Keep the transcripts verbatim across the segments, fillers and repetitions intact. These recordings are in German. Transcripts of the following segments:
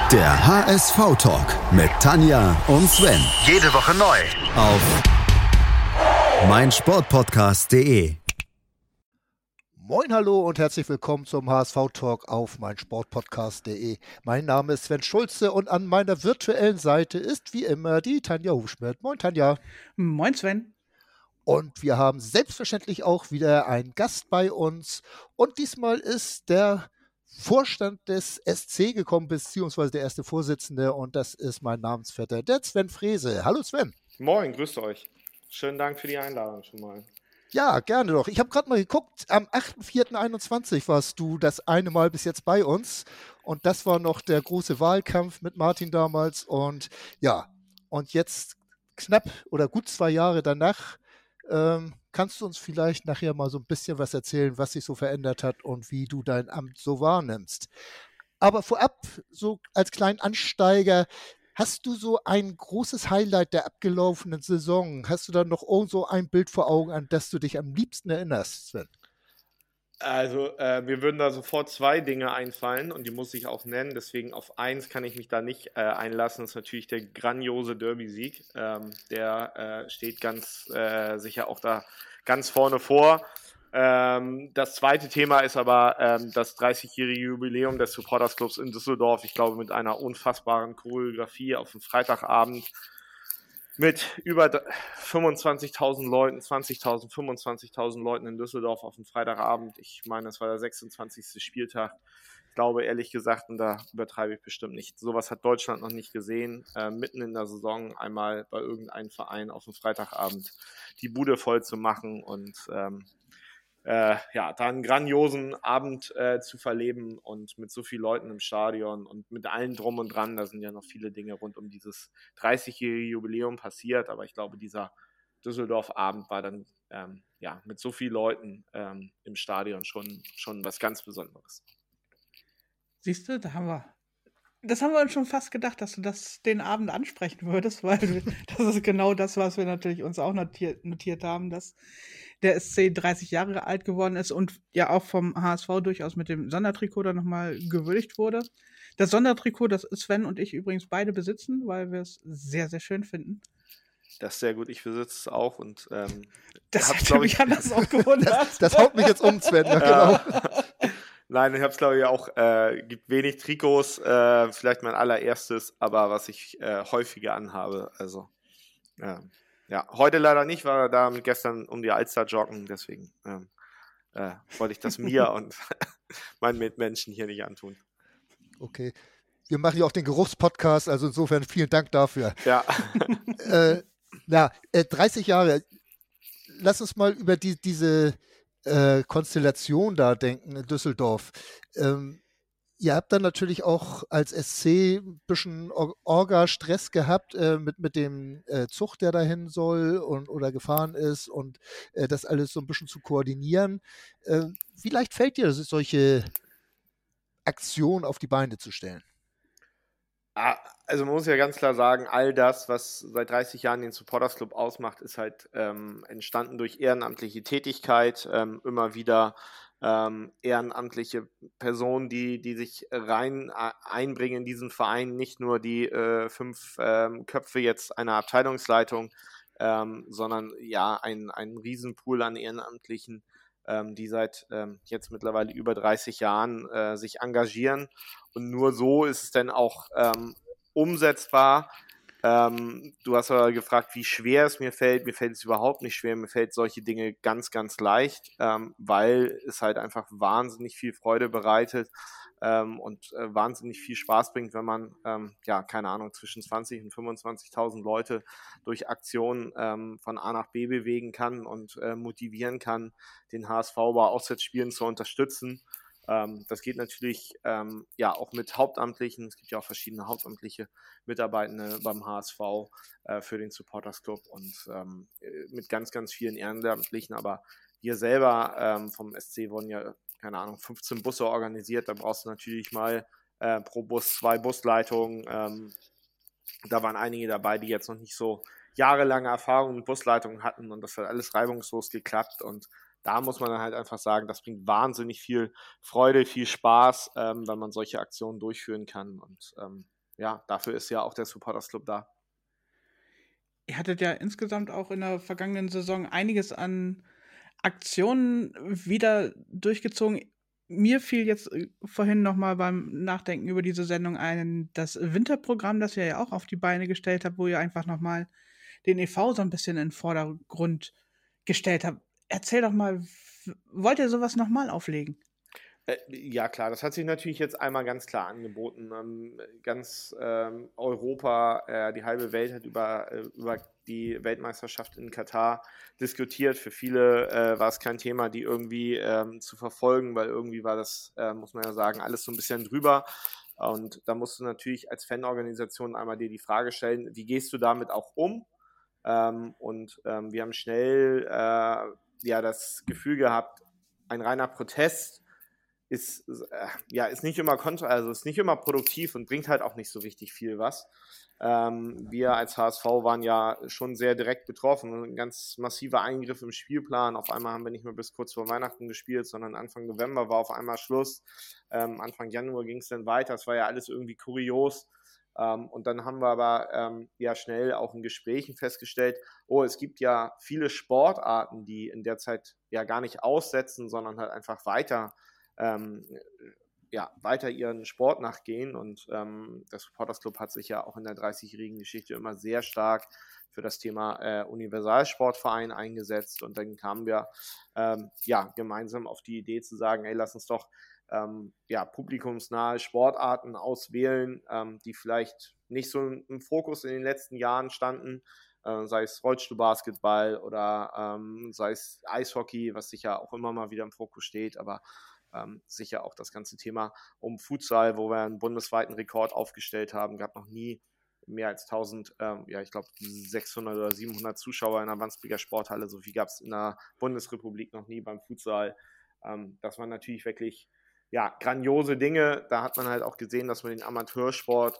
Der H S V-Talk mit Tanja und Sven. Jede Woche neu. Auf meinsportpodcast punkt de. Moin, hallo und herzlich willkommen zum H S V-Talk auf meinsportpodcast punkt de. Mein Name ist Sven Schulze und an meiner virtuellen Seite ist wie immer die Tanja Hufschmidt. Moin, Tanja. Moin, Sven. Und wir haben selbstverständlich auch wieder einen Gast bei uns. Und diesmal ist der Vorstand des S C gekommen, beziehungsweise der erste Vorsitzende. Und das ist mein Namensvetter, der Sven Frese. Hallo Sven. Moin, grüßt euch. Schönen Dank für die Einladung schon mal. Ja, gerne doch. Ich habe gerade mal geguckt, am achter vierter einundzwanzig warst du das eine Mal bis jetzt bei uns. Und das war noch der große Wahlkampf mit Martin damals. Und ja, und jetzt knapp oder gut zwei Jahre danach, ähm, kannst du uns vielleicht nachher mal so ein bisschen was erzählen, was sich so verändert hat und wie du dein Amt so wahrnimmst. Aber vorab, so als kleinen Ansteiger, hast du so ein großes Highlight der abgelaufenen Saison? Hast du da noch irgend so ein Bild vor Augen, an das du dich am liebsten erinnerst, Sven? Also, äh, mir würden da sofort zwei Dinge einfallen und die muss ich auch nennen. Deswegen auf eins kann ich mich da nicht äh, einlassen. Das ist natürlich der grandiose Derby-Sieg. Ähm, der äh, steht ganz äh, sicher auch da ganz vorne vor. Ähm, das zweite Thema ist aber ähm, das dreißigjährige Jubiläum des Supporters-Clubs in Düsseldorf. Ich glaube, mit einer unfassbaren Choreografie auf dem Freitagabend mit über fünfundzwanzigtausend Leuten, zwanzigtausend, fünfundzwanzigtausend Leuten in Düsseldorf auf dem Freitagabend. Ich meine, das war der sechsundzwanzigste Spieltag. Ich glaube, ehrlich gesagt, und da übertreibe ich bestimmt nicht, sowas hat Deutschland noch nicht gesehen, äh, mitten in der Saison einmal bei irgendeinem Verein auf dem Freitagabend die Bude voll zu machen und ähm, Äh, ja, da einen grandiosen Abend äh, zu verleben und mit so vielen Leuten im Stadion und mit allen drum und dran, da sind ja noch viele Dinge rund um dieses dreißigjährige Jubiläum passiert, aber ich glaube, dieser Düsseldorf-Abend war dann ähm, ja mit so vielen Leuten ähm, im Stadion schon, schon was ganz Besonderes. Siehst du, da haben wir. Das haben wir uns schon fast gedacht, dass du das den Abend ansprechen würdest, weil das ist genau das, was wir natürlich uns auch notiert, notiert haben, dass der S C dreißig Jahre alt geworden ist und ja auch vom H S V durchaus mit dem Sondertrikot dann nochmal gewürdigt wurde. Das Sondertrikot, das Sven und ich übrigens beide besitzen, weil wir es sehr, sehr schön finden. Das ist sehr gut, ich besitze es auch und ähm, das hab's, hat glaub mich ich, anders auch gewundert. Das, das haut mich jetzt um, Sven. Ja, genau. Nein, ich habe es glaube ich auch, äh, gibt wenig Trikots, äh, vielleicht mein allererstes, aber was ich äh, häufiger anhabe, also äh, ja, heute leider nicht, war da mit gestern um die Alster joggen, deswegen ähm, äh, wollte ich das mir und meinen Mitmenschen hier nicht antun. Okay, wir machen ja auch den Geruchspodcast, also insofern vielen Dank dafür. Ja. äh, na, äh, dreißig Jahre, lass uns mal über die, diese Äh, Konstellation da denken in Düsseldorf. Ähm, ihr habt dann natürlich auch als S C ein bisschen Or- Orga-Stress gehabt äh, mit, mit dem äh, Zug, der dahin soll und, oder gefahren ist und äh, das alles so ein bisschen zu koordinieren. Äh, wie leicht fällt dir das, solche Aktionen auf die Beine zu stellen? Also man muss ja ganz klar sagen, all das, was seit dreißig Jahren den Supporters Club ausmacht, ist halt ähm, entstanden durch ehrenamtliche Tätigkeit, ähm, immer wieder ähm, ehrenamtliche Personen, die, die sich rein äh, einbringen in diesen Verein, nicht nur die äh, fünf ähm, Köpfe jetzt einer Abteilungsleitung, ähm, sondern ja ein, ein Riesenpool an Ehrenamtlichen, ähm, die seit ähm, jetzt mittlerweile über dreißig Jahren äh, sich engagieren. Und nur so ist es dann auch ähm, umsetzbar. Ähm, du hast aber gefragt, wie schwer es mir fällt. Mir fällt es überhaupt nicht schwer. Mir fällt solche Dinge ganz, ganz leicht, ähm, weil es halt einfach wahnsinnig viel Freude bereitet ähm, und äh, wahnsinnig viel Spaß bringt, wenn man, ähm, ja, keine Ahnung, zwischen zwanzig und fünfundzwanzigtausend Leute durch Aktionen ähm, von A nach B bewegen kann und äh, motivieren kann, den H S V bei Auswärtsspielen zu unterstützen. Ähm, das geht natürlich ähm, ja auch mit Hauptamtlichen. Es gibt ja auch verschiedene hauptamtliche Mitarbeitende beim H S V äh, für den Supporters Club und ähm, mit ganz, ganz vielen Ehrenamtlichen. Aber wir selber ähm, vom S C wurden ja, keine Ahnung, fünfzehn Busse organisiert. Da brauchst du natürlich mal äh, pro Bus zwei Busleitungen. Ähm, da waren einige dabei, die jetzt noch nicht so jahrelange Erfahrung mit Busleitungen hatten und das hat alles reibungslos geklappt und da muss man dann halt einfach sagen, das bringt wahnsinnig viel Freude, viel Spaß, ähm, wenn man solche Aktionen durchführen kann. Und ähm, ja, dafür ist ja auch der Supporters Club da. Ihr hattet ja insgesamt auch in der vergangenen Saison einiges an Aktionen wieder durchgezogen. Mir fiel jetzt äh, vorhin nochmal beim Nachdenken über diese Sendung ein, das Winterprogramm, das ihr ja auch auf die Beine gestellt habt, wo ihr einfach nochmal den E V so ein bisschen in den Vordergrund gestellt habt. Erzähl doch mal, w- wollt ihr sowas nochmal auflegen? Äh, Ja, klar, das hat sich natürlich jetzt einmal ganz klar angeboten. Ähm, ganz ähm, Europa, äh, die halbe Welt hat über, äh, über die Weltmeisterschaft in Katar diskutiert. Für viele äh, war es kein Thema, die irgendwie ähm, zu verfolgen, weil irgendwie war das, äh, muss man ja sagen, alles so ein bisschen drüber. Und da musst du natürlich als Fanorganisation einmal dir die Frage stellen, wie gehst du damit auch um? Ähm, und ähm, wir haben schnell äh, ja das Gefühl gehabt, ein reiner Protest ist, äh, ja, ist nicht immer kontra, also ist nicht immer produktiv und bringt halt auch nicht so richtig viel was. Ähm, wir als H S V waren ja schon sehr direkt betroffen. Ein ganz massiver Eingriff im Spielplan. Auf einmal haben wir nicht mehr bis kurz vor Weihnachten gespielt, sondern Anfang November war auf einmal Schluss. Ähm, Anfang Januar ging es dann weiter. Es war ja alles irgendwie kurios. Ähm, und dann haben wir aber ähm, ja schnell auch in Gesprächen festgestellt, oh, es gibt ja viele Sportarten, die in der Zeit ja gar nicht aussetzen, sondern halt einfach weiter ähm, ja, weiter ihren Sport nachgehen. Und ähm, der Supporters Club hat sich ja auch in der dreißigjährigen Geschichte immer sehr stark für das Thema äh, Universalsportverein eingesetzt. Und dann kamen wir ähm, ja, gemeinsam auf die Idee zu sagen, hey, lass uns doch ähm, ja, publikumsnahe Sportarten auswählen, ähm, die vielleicht nicht so im Fokus in den letzten Jahren standen, äh, sei es Rollstuhlbasketball oder ähm, sei es Eishockey, was sicher auch immer mal wieder im Fokus steht, aber ähm, sicher auch das ganze Thema um Futsal, wo wir einen bundesweiten Rekord aufgestellt haben, gab noch nie mehr als tausend, ähm, ja, ich glaube sechshundert oder siebenhundert Zuschauer in der Wandsbeker Sporthalle, so viel gab es in der Bundesrepublik noch nie beim Futsal. Ähm, das waren natürlich wirklich ja, grandiose Dinge. Da hat man halt auch gesehen, dass man den Amateursport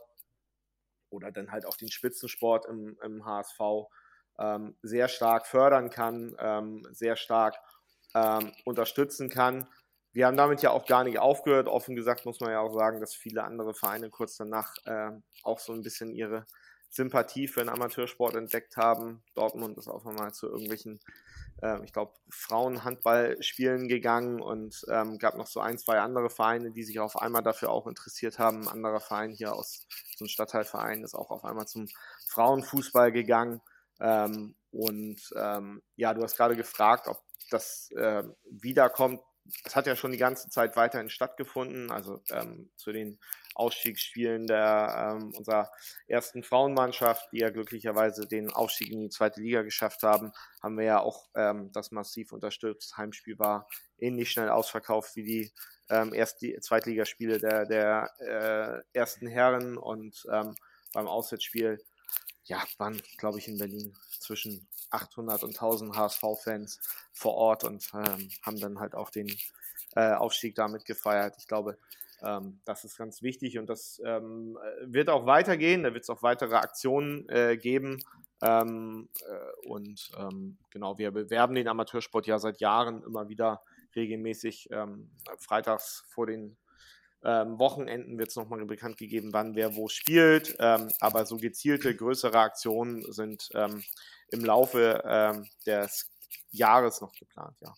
oder dann halt auch den Spitzensport im, im H S V ähm, sehr stark fördern kann, ähm, sehr stark ähm, unterstützen kann. Wir haben damit ja auch gar nicht aufgehört. Offen gesagt muss man ja auch sagen, dass viele andere Vereine kurz danach äh, auch so ein bisschen ihre Sympathie für den Amateursport entdeckt haben. Dortmund ist auch nochmal zu irgendwelchen, äh, ich glaube, Frauenhandballspielen gegangen und ähm, gab noch so ein, zwei andere Vereine, die sich auf einmal dafür auch interessiert haben. Ein anderer Verein hier aus so einem Stadtteilverein ist auch auf einmal zum Frauenfußball gegangen. Ähm, und ähm, ja, du hast gerade gefragt, ob das äh, wiederkommt. Es hat ja schon die ganze Zeit weiterhin stattgefunden, also ähm, zu den Ausstiegsspielen der ähm, unserer ersten Frauenmannschaft, die ja glücklicherweise den Aufstieg in die zweite Liga geschafft haben, haben wir ja auch ähm, das massiv unterstützt. Heimspiel war ähnlich schnell ausverkauft wie die ähm, erst die Zweitligaspiele der, der äh, ersten Herren und ähm, beim Auswärtsspiel ja, waren, glaube ich, in Berlin zwischen achthundert und tausend H S V-Fans vor Ort und ähm, haben dann halt auch den äh, Aufstieg damit gefeiert. Ich glaube, ähm, das ist ganz wichtig und das ähm, wird auch weitergehen. Da wird es auch weitere Aktionen äh, geben. Ähm, äh, und ähm, genau, wir bewerben den Amateursport ja seit Jahren immer wieder regelmäßig ähm, freitags vor den Ähm, Wochenenden wird es nochmal bekannt gegeben, wann wer wo spielt. Ähm, aber so gezielte, größere Aktionen sind ähm, im Laufe ähm, des Jahres noch geplant, ja.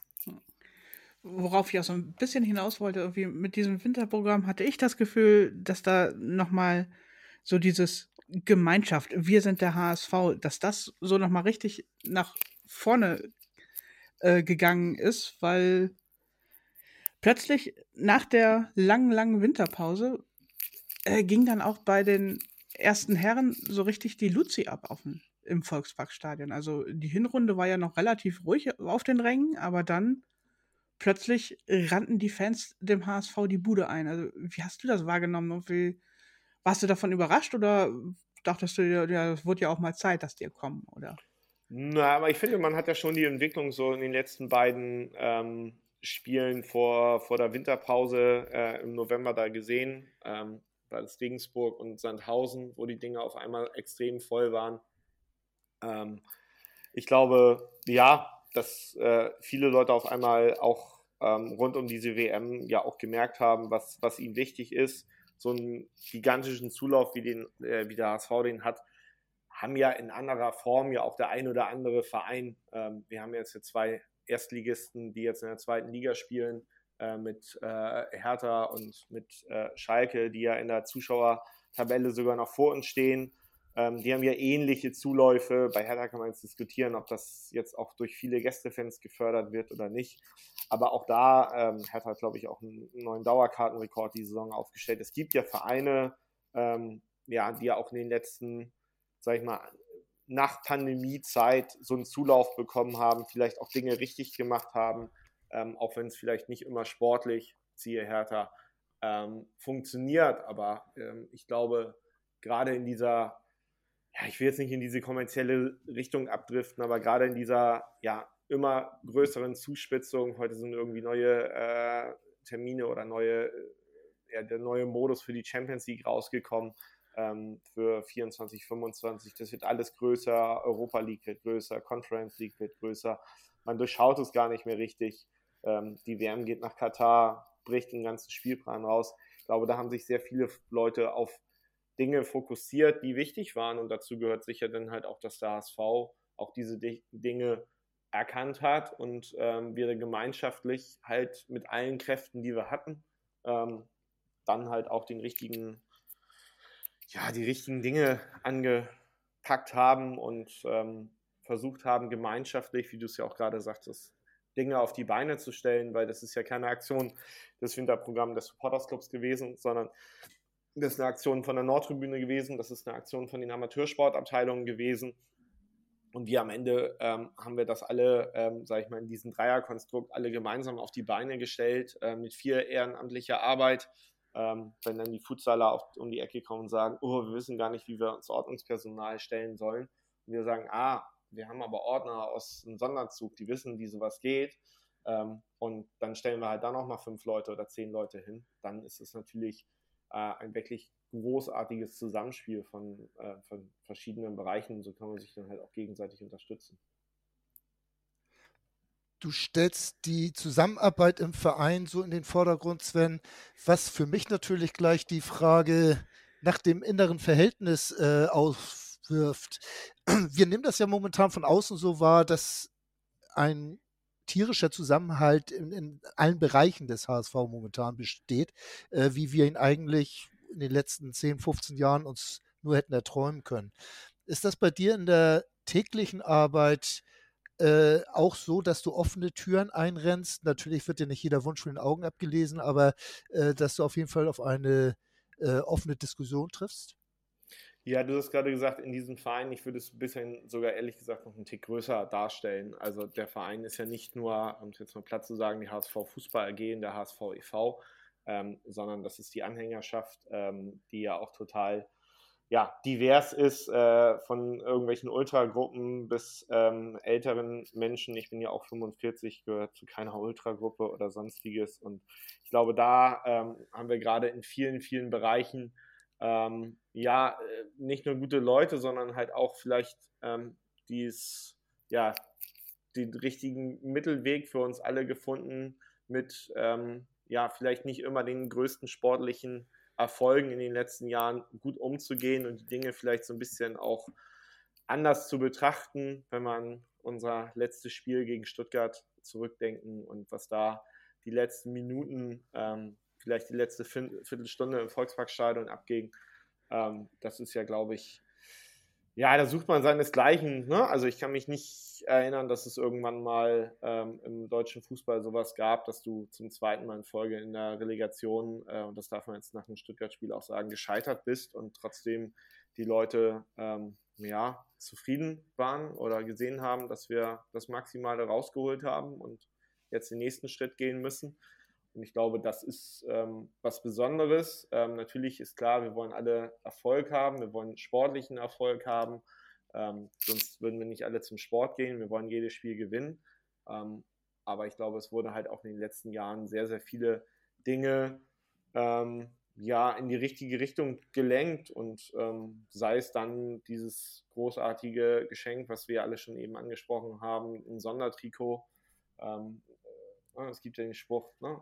Worauf ich auch so ein bisschen hinaus wollte, irgendwie mit diesem Winterprogramm hatte ich das Gefühl, dass da nochmal so dieses Gemeinschaft, wir sind der H S V, dass das so nochmal richtig nach vorne äh, gegangen ist, weil plötzlich nach der langen, langen Winterpause äh, ging dann auch bei den ersten Herren so richtig die Luzi ab auf dem, im Volksparkstadion. Also die Hinrunde war ja noch relativ ruhig auf den Rängen, aber dann plötzlich rannten die Fans dem H S V die Bude ein. Also wie hast du das wahrgenommen? Und wie, warst du davon überrascht oder dachtest du dir, ja, es wird ja auch mal Zeit, dass die kommen, oder? Na, aber ich finde, man hat ja schon die Entwicklung so in den letzten beiden ähm, Spielen vor, vor der Winterpause äh, im November da gesehen. Ähm, war das Regensburg und Sandhausen, wo die Dinge auf einmal extrem voll waren. Ähm, ich glaube, ja, dass äh, viele Leute auf einmal auch ähm, rund um diese W M ja auch gemerkt haben, was, was ihnen wichtig ist. so einen gigantischen Zulauf, wie, den, äh, wie der H S V den hat, haben ja in anderer Form ja auch der ein oder andere Verein. Ähm, wir haben jetzt hier zwei Erstligisten, die jetzt in der zweiten Liga spielen, äh, mit äh, Hertha und mit äh, Schalke, die ja in der Zuschauertabelle sogar noch vor uns stehen. Ähm, die haben ja ähnliche Zuläufe. Bei Hertha kann man jetzt diskutieren, ob das jetzt auch durch viele Gästefans gefördert wird oder nicht. Aber auch da, ähm, Hertha hat, glaube ich, auch einen neuen Dauerkartenrekord die Saison aufgestellt. Es gibt ja Vereine, ähm, ja, die ja auch in den letzten, sag ich mal, nach Pandemiezeit so einen Zulauf bekommen haben, vielleicht auch Dinge richtig gemacht haben, ähm, auch wenn es vielleicht nicht immer sportlich, siehe Hertha, ähm, funktioniert. Aber ähm, ich glaube, gerade in dieser, ja, ich will jetzt nicht in diese kommerzielle Richtung abdriften, aber gerade in dieser, ja, immer größeren Zuspitzung, heute sind irgendwie neue äh, Termine oder neue, ja, der neue Modus für die Champions League rausgekommen, ähm, für vierundzwanzig, fünfundzwanzig, das wird alles größer, Europa League wird größer, Conference League wird größer, man durchschaut es gar nicht mehr richtig, ähm, die W M geht nach Katar, bricht den ganzen Spielplan raus. Ich glaube, da haben sich sehr viele Leute auf Dinge fokussiert, die wichtig waren, und dazu gehört sicher dann halt auch, dass der H S V auch diese Dinge erkannt hat und ähm, wir gemeinschaftlich halt mit allen Kräften, die wir hatten, ähm, dann halt auch den richtigen, ja, die richtigen Dinge angepackt haben und ähm, versucht haben, gemeinschaftlich, wie du es ja auch gerade sagtest, Dinge auf die Beine zu stellen, weil das ist ja keine Aktion des Winterprogramms des Supportersclubs gewesen, sondern das ist eine Aktion von der Nordtribüne gewesen, das ist eine Aktion von den Amateursportabteilungen gewesen. Und wir am Ende ähm, haben wir das alle, ähm, sage ich mal, in diesem Dreierkonstrukt alle gemeinsam auf die Beine gestellt, äh, mit viel ehrenamtlicher Arbeit. Ähm, wenn dann die Futsaler auf, um die Ecke kommen und sagen, oh, wir wissen gar nicht, wie wir uns Ordnungspersonal stellen sollen. Und wir sagen, ah, wir haben aber Ordner aus einem Sonderzug, die wissen, wie sowas geht. Ähm, und dann stellen wir halt da nochmal fünf Leute oder zehn Leute hin. Dann ist es natürlich äh, ein wirklich großartiges Zusammenspiel von, äh, von verschiedenen Bereichen, und so kann man sich dann halt auch gegenseitig unterstützen. Du stellst die Zusammenarbeit im Verein so in den Vordergrund, Sven, was für mich natürlich gleich die Frage nach dem inneren Verhältnis äh, aufwirft. Wir nehmen das ja momentan von außen so wahr, dass ein tierischer Zusammenhalt in, in allen Bereichen des H S V momentan besteht, äh, wie wir ihn eigentlich in den letzten zehn, fünfzehn Jahren uns nur hätten erträumen können. Ist das bei dir in der täglichen Arbeit äh, auch so, dass du offene Türen einrennst? Natürlich wird dir nicht jeder Wunsch von den Augen abgelesen, aber äh, dass du auf jeden Fall auf eine äh, offene Diskussion triffst? Ja, du hast gerade gesagt, in diesem Verein, ich würde es ein bisschen sogar ehrlich gesagt noch einen Tick größer darstellen. Also der Verein ist ja nicht nur, um es jetzt mal platt zu sagen, die H S V Fußball A G und der H S V e V, ähm, sondern das ist die Anhängerschaft, ähm, die ja auch total ja, divers ist, äh, von irgendwelchen Ultragruppen bis ähm, älteren Menschen. Ich bin ja auch fünfundvierzig, gehört zu keiner Ultragruppe oder sonstiges. Und ich glaube, da ähm, haben wir gerade in vielen, vielen Bereichen ähm, ja, nicht nur gute Leute, sondern halt auch vielleicht ähm, dies, ja, den richtigen Mittelweg für uns alle gefunden, mit ähm, ja, vielleicht nicht immer den größten sportlichen Erfolgen in den letzten Jahren gut umzugehen und die Dinge vielleicht so ein bisschen auch anders zu betrachten, wenn man unser letztes Spiel gegen Stuttgart zurückdenken und was da die letzten Minuten, ähm, vielleicht die letzte Viertelstunde im Volksparkstadion abging. Ähm, das ist ja, glaube ich, ja, da sucht man seinesgleichen. Ne? Also ich kann mich nicht erinnern, dass es irgendwann mal ähm, im deutschen Fußball sowas gab, dass du zum zweiten Mal in Folge in der Relegation, äh, und das darf man jetzt nach dem Stuttgart-Spiel auch sagen, gescheitert bist und trotzdem die Leute ähm, ja, zufrieden waren oder gesehen haben, dass wir das Maximale rausgeholt haben und jetzt den nächsten Schritt gehen müssen. Und ich glaube, das ist ähm, was Besonderes. Ähm, natürlich ist klar, wir wollen alle Erfolg haben, wir wollen sportlichen Erfolg haben, ähm, sonst würden wir nicht alle zum Sport gehen, wir wollen jedes Spiel gewinnen. Ähm, aber ich glaube, es wurde halt auch in den letzten Jahren sehr, sehr viele Dinge ähm, ja, in die richtige Richtung gelenkt und ähm, sei es dann dieses großartige Geschenk, was wir alle schon eben angesprochen haben, ein Sondertrikot. Ähm, äh, es gibt ja den Spruch, ne?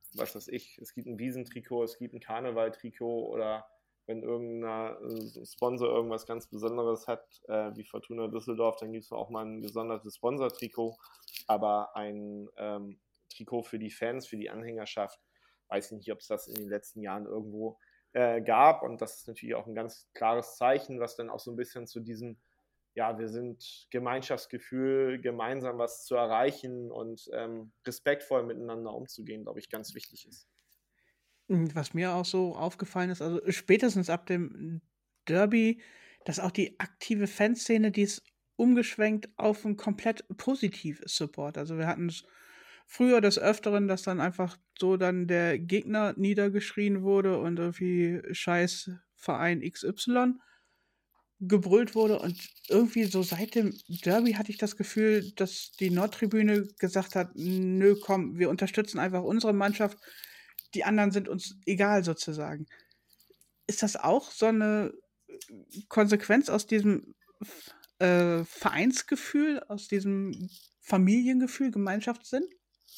was weiß ich, es gibt ein Wiesentrikot, es gibt ein Karnevaltrikot oder wenn irgendein äh, Sponsor irgendwas ganz Besonderes hat, äh, wie Fortuna Düsseldorf, dann gibt es auch mal ein gesondertes Sponsortrikot, aber ein ähm, Trikot für die Fans, für die Anhängerschaft, weiß ich nicht, ob es das in den letzten Jahren irgendwo äh, gab, und das ist natürlich auch ein ganz klares Zeichen, was dann auch so ein bisschen zu diesem, ja, wir sind Gemeinschaftsgefühl, gemeinsam was zu erreichen und ähm, respektvoll miteinander umzugehen, glaube ich, ganz wichtig ist. Was mir auch so aufgefallen ist, also spätestens ab dem Derby, dass auch die aktive Fanszene, die ist umgeschwenkt auf ein komplett positives Support. Also wir hatten es früher des Öfteren, dass dann einfach so dann der Gegner niedergeschrien wurde und irgendwie scheiß Verein X Y gebrüllt wurde, und irgendwie so seit dem Derby hatte ich das Gefühl, dass die Nordtribüne gesagt hat, nö, komm, wir unterstützen einfach unsere Mannschaft, die anderen sind uns egal sozusagen. Ist das auch so eine Konsequenz aus diesem äh, Vereinsgefühl, aus diesem Familiengefühl, Gemeinschaftssinn?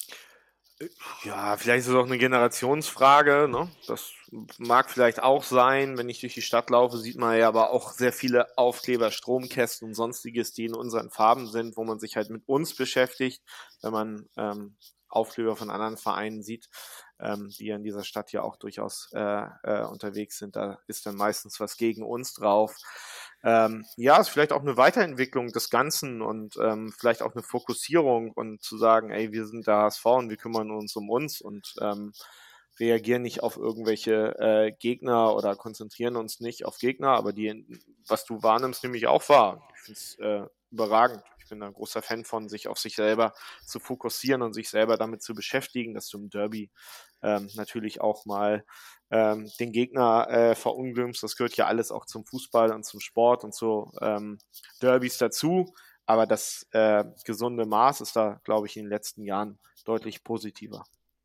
Ja, vielleicht ist es auch eine Generationsfrage, ne? Das mag vielleicht auch sein. Wenn ich durch die Stadt laufe, sieht man ja aber auch sehr viele Aufkleber, Stromkästen und sonstiges, die in unseren Farben sind, wo man sich halt mit uns beschäftigt, wenn man ähm, Aufkleber von anderen Vereinen sieht, ähm, die ja in dieser Stadt ja auch durchaus äh, äh, unterwegs sind. Da ist dann meistens was gegen uns drauf. Ähm, ja, ist vielleicht auch eine Weiterentwicklung des Ganzen und ähm, vielleicht auch eine Fokussierung und zu sagen, ey, wir sind der H S V und wir kümmern uns um uns und ähm, reagieren nicht auf irgendwelche äh, Gegner oder konzentrieren uns nicht auf Gegner, aber die, was du wahrnimmst, nehme ich auch wahr. Ich finde es äh, überragend. Ich bin ein großer Fan von, sich auf sich selber zu fokussieren und sich selber damit zu beschäftigen, dass du im Derby ähm, natürlich auch mal ähm, den Gegner äh, verunglimpfst. Das gehört ja alles auch zum Fußball und zum Sport und zu ähm, Derbys dazu. Aber das äh, gesunde Maß ist da, glaube ich, in den letzten Jahren deutlich positiver.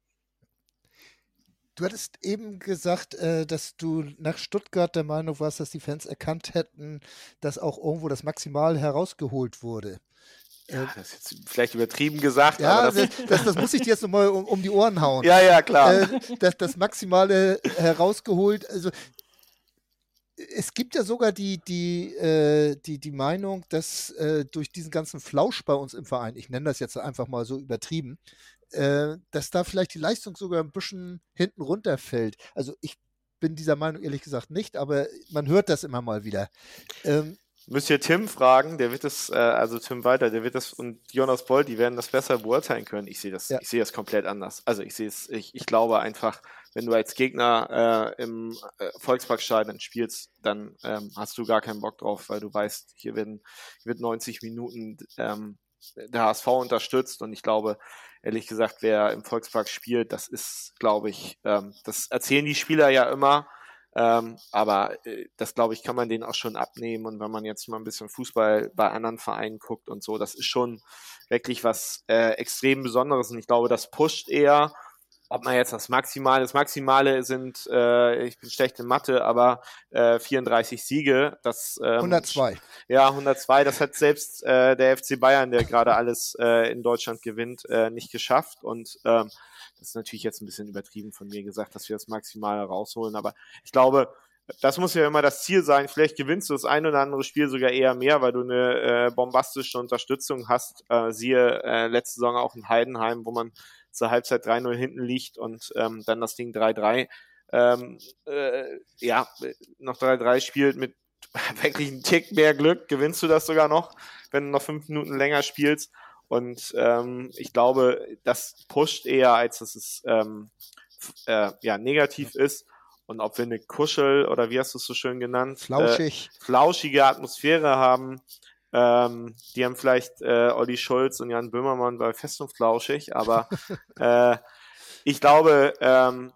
Du hattest eben gesagt, äh, dass du nach Stuttgart der Meinung warst, dass die Fans erkannt hätten, dass auch irgendwo das Maximal herausgeholt wurde. Ja, das ist jetzt vielleicht übertrieben gesagt. Ja, aber das, das, das, das muss ich dir jetzt nochmal um, um die Ohren hauen. Ja, ja, klar. Äh, das, das Maximale herausgeholt. Also es gibt ja sogar die, die, äh, die, die Meinung, dass äh, durch diesen ganzen Flausch bei uns im Verein, ich nenne das jetzt einfach mal so übertrieben, äh, dass da vielleicht die Leistung sogar ein bisschen hinten runterfällt. Also ich bin dieser Meinung ehrlich gesagt nicht, aber man hört das immer mal wieder. Ähm, Müsst ihr Tim fragen, der wird das, äh, also Tim Walter, der wird das, und Jonas Boll, die werden das besser beurteilen können. Ich sehe das, Ja. ich sehe das komplett anders. Also ich sehe es, ich, ich glaube einfach, wenn du als Gegner äh, im äh, Volksparkstadion spielst, dann ähm, hast du gar keinen Bock drauf, weil du weißt, hier werden, hier wird neunzig Minuten ähm, der H S V unterstützt, und ich glaube, ehrlich gesagt, wer im Volkspark spielt, das ist, glaube ich, ähm, das erzählen die Spieler ja immer. Ähm, aber äh, das, glaube ich, kann man denen auch schon abnehmen. Und wenn man jetzt mal ein bisschen Fußball bei anderen Vereinen guckt und so, das ist schon wirklich was äh, extrem Besonderes. Und ich glaube, das pusht eher, ob man jetzt das Maximale, das Maximale sind, äh, ich bin schlecht in Mathe, aber äh, vierunddreißig Siege. Das, ähm, hundertzwei. Ja, hundertzwei, das hat selbst äh, der F C Bayern, der gerade alles äh, in Deutschland gewinnt, äh, nicht geschafft. Und ähm, das ist natürlich jetzt ein bisschen übertrieben von mir gesagt, dass wir das Maximale rausholen. Aber ich glaube, das muss ja immer das Ziel sein. Vielleicht gewinnst du das ein oder andere Spiel sogar eher mehr, weil du eine äh, bombastische Unterstützung hast. Äh, siehe äh, letzte Saison auch in Heidenheim, wo man zur Halbzeit drei null hinten liegt und ähm, dann das Ding drei drei ähm, äh, ja, noch drei drei spielt mit wirklich einen Tick mehr Glück, gewinnst du das sogar noch, wenn du noch fünf Minuten länger spielst. Und ähm, ich glaube, das pusht eher, als dass es ähm, äh, ja, negativ ist. Und ob wir eine Kuschel, oder wie hast du es so schön genannt? Flauschig. Äh, flauschige Atmosphäre haben. Ähm, die haben vielleicht äh, Olli Schulz und Jan Böhmermann bei Fest und Flauschig, aber äh, ich glaube, ähm,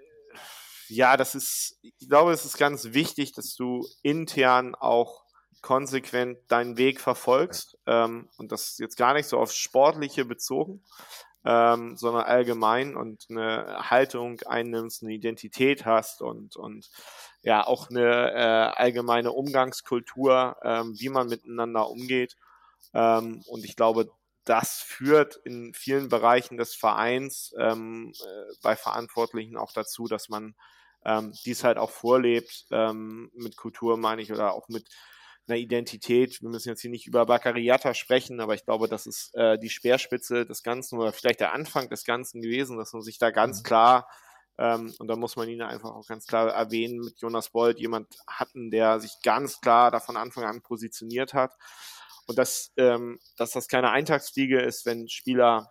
ja, das ist, ich glaube, es ist ganz wichtig, dass du intern auch konsequent deinen Weg verfolgst, ähm, und das jetzt gar nicht so auf Sportliche bezogen, ähm, sondern allgemein, und eine Haltung einnimmst, eine Identität hast und, und ja, auch eine äh, allgemeine Umgangskultur, ähm, wie man miteinander umgeht. Ähm, und ich glaube, das führt in vielen Bereichen des Vereins ähm, äh, bei Verantwortlichen auch dazu, dass man ähm, dies halt auch vorlebt, ähm, mit Kultur meine ich, oder auch mit einer Identität. Wir müssen jetzt hier nicht über Bakary Jatta sprechen, aber ich glaube, das ist äh, die Speerspitze des Ganzen oder vielleicht der Anfang des Ganzen gewesen, dass man sich da ganz Mhm. klar, ähm, und da muss man ihn einfach auch ganz klar erwähnen, mit Jonas Bold jemand hatten, der sich ganz klar da von Anfang an positioniert hat. Und dass, ähm, dass das keine Eintagsfliege ist, wenn Spieler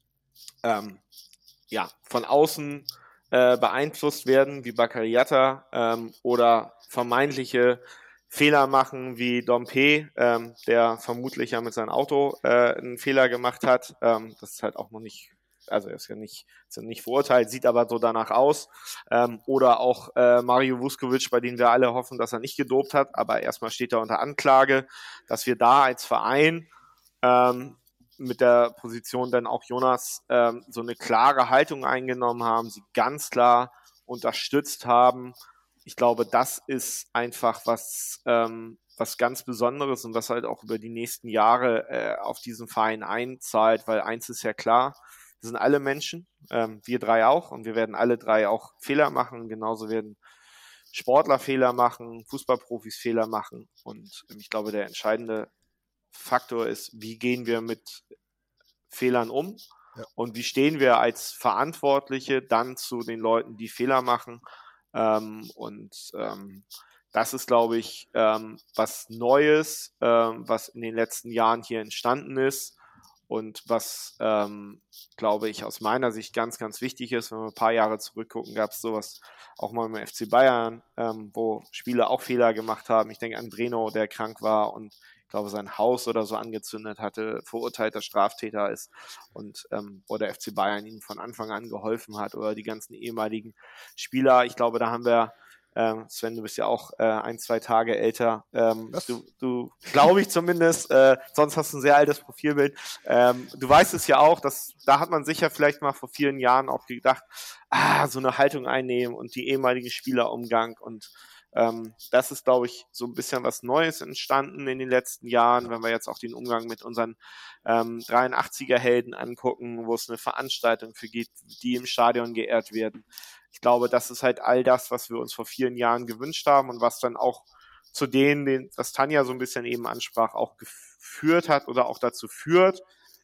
ähm, ja, von außen äh, beeinflusst werden, wie Bakary Jatta, ähm, oder vermeintliche Fehler machen, wie Dompe, ähm, der vermutlich ja mit seinem Auto äh, einen Fehler gemacht hat. Ähm, das ist halt auch noch nicht, also er ist ja nicht, ist ja nicht verurteilt, sieht aber so danach aus. Ähm, oder auch äh, Mario Vuskovic, bei dem wir alle hoffen, dass er nicht gedopt hat, aber erstmal steht er unter Anklage, dass wir da als Verein ähm, mit der Position dann auch Jonas ähm, so eine klare Haltung eingenommen haben, sie ganz klar unterstützt haben. Ich glaube, das ist einfach was, ähm, was ganz Besonderes und was halt auch über die nächsten Jahre äh, auf diesen Verein einzahlt, weil eins ist ja klar, wir sind alle Menschen, ähm, wir drei auch, und wir werden alle drei auch Fehler machen, genauso werden Sportler Fehler machen, Fußballprofis Fehler machen, und ähm, ich glaube, der entscheidende Faktor ist, wie gehen wir mit Fehlern um, ja, und wie stehen wir als Verantwortliche dann zu den Leuten, die Fehler machen. Ähm, und ähm, das ist, glaube ich, ähm, was Neues, ähm, was in den letzten Jahren hier entstanden ist und was, ähm, glaube ich, aus meiner Sicht ganz, ganz wichtig ist. Wenn wir ein paar Jahre zurückgucken, gab es sowas auch mal im F C Bayern, ähm, wo Spieler auch Fehler gemacht haben. Ich denke an Breno, der krank war und ich glaube, sein Haus oder so angezündet hatte, verurteilter Straftäter ist, und ähm, wo der F C Bayern ihm von Anfang an geholfen hat, oder die ganzen ehemaligen Spieler. Ich glaube, da haben wir, ähm, Sven, du bist ja auch äh, ein, zwei Tage älter, ähm, du, du glaube ich zumindest, äh, sonst hast du ein sehr altes Profilbild. Ähm, du weißt es ja auch, dass da hat man sicher vielleicht mal vor vielen Jahren auch gedacht, ah, so eine Haltung einnehmen und die ehemaligen Spielerumgang, und Ähm, das ist, glaube ich, so ein bisschen was Neues entstanden in den letzten Jahren, wenn wir jetzt auch den Umgang mit unseren ähm, dreiundachtziger-Helden angucken, wo es eine Veranstaltung für gibt, die im Stadion geehrt werden. Ich glaube, das ist halt all das, was wir uns vor vielen Jahren gewünscht haben und was dann auch zu denen, den, was Tanja so ein bisschen eben ansprach, auch geführt hat oder auch dazu führt,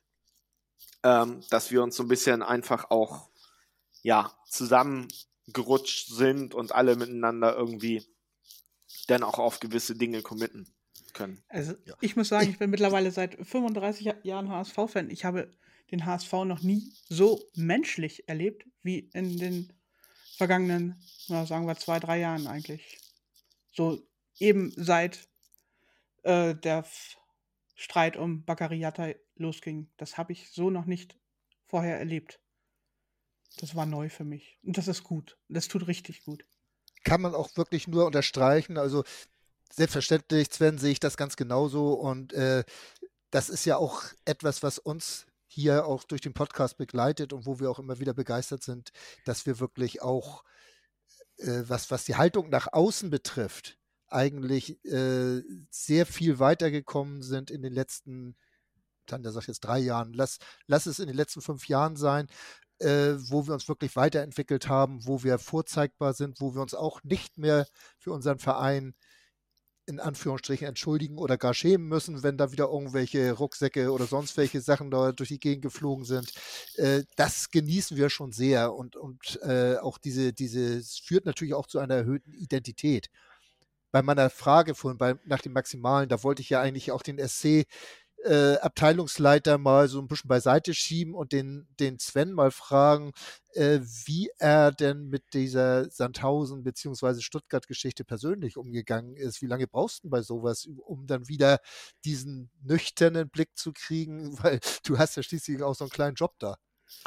ähm, dass wir uns so ein bisschen einfach auch ja zusammengerutscht sind und alle miteinander irgendwie dann auch auf gewisse Dinge committen können. Also ja. Ich muss sagen, ich bin mittlerweile seit fünfunddreißig Jahren H S V-Fan. Ich habe den H S V noch nie so menschlich erlebt, wie in den vergangenen, na, sagen wir, zwei, drei Jahren eigentlich. So eben seit äh, der F- Streit um Bakary Jatta losging. Das habe ich so noch nicht vorher erlebt. Das war neu für mich. Und das ist gut. Das tut richtig gut. Kann man auch wirklich nur unterstreichen. Also selbstverständlich, Sven, sehe ich das ganz genauso. Und äh, das ist ja auch etwas, was uns hier auch durch den Podcast begleitet und wo wir auch immer wieder begeistert sind, dass wir wirklich auch, äh, was, was die Haltung nach außen betrifft, eigentlich äh, sehr viel weitergekommen sind in den letzten, Tanja sagt jetzt drei Jahren, lass, lass es in den letzten fünf Jahren sein, äh, wo wir uns wirklich weiterentwickelt haben, wo wir vorzeigbar sind, wo wir uns auch nicht mehr für unseren Verein in Anführungsstrichen entschuldigen oder gar schämen müssen, wenn da wieder irgendwelche Rucksäcke oder sonst welche Sachen da durch die Gegend geflogen sind. Äh, das genießen wir schon sehr und, und äh, auch diese, diese, es führt natürlich auch zu einer erhöhten Identität. Bei meiner Frage vorhin bei, nach dem Maximalen, da wollte ich ja eigentlich auch den S C Äh, Abteilungsleiter mal so ein bisschen beiseite schieben und den, den Sven mal fragen, äh, wie er denn mit dieser Sandhausen- bzw. Stuttgart-Geschichte persönlich umgegangen ist. Wie lange brauchst du bei sowas, um dann wieder diesen nüchternen Blick zu kriegen? Weil du hast ja schließlich auch so einen kleinen Job da.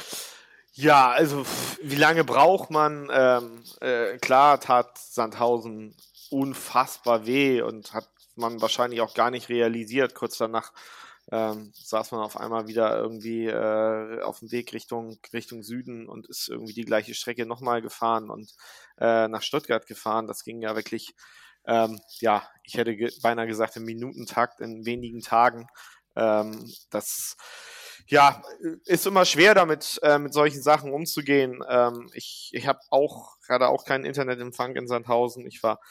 Ja, also wie lange braucht man? Ähm, äh, klar tat Sandhausen unfassbar weh und hat man wahrscheinlich auch gar nicht realisiert. Kurz danach ähm, saß man auf einmal wieder irgendwie äh, auf dem Weg Richtung, Richtung Süden und ist irgendwie die gleiche Strecke nochmal gefahren und äh, nach Stuttgart gefahren. Das ging ja wirklich, ähm, ja, ich hätte ge- beinahe gesagt, im Minutentakt in wenigen Tagen. Ähm, das Ja, ist immer schwer damit, äh, mit solchen Sachen umzugehen. Ähm, ich ich habe auch gerade auch keinen Internetempfang in Sandhausen. Ich war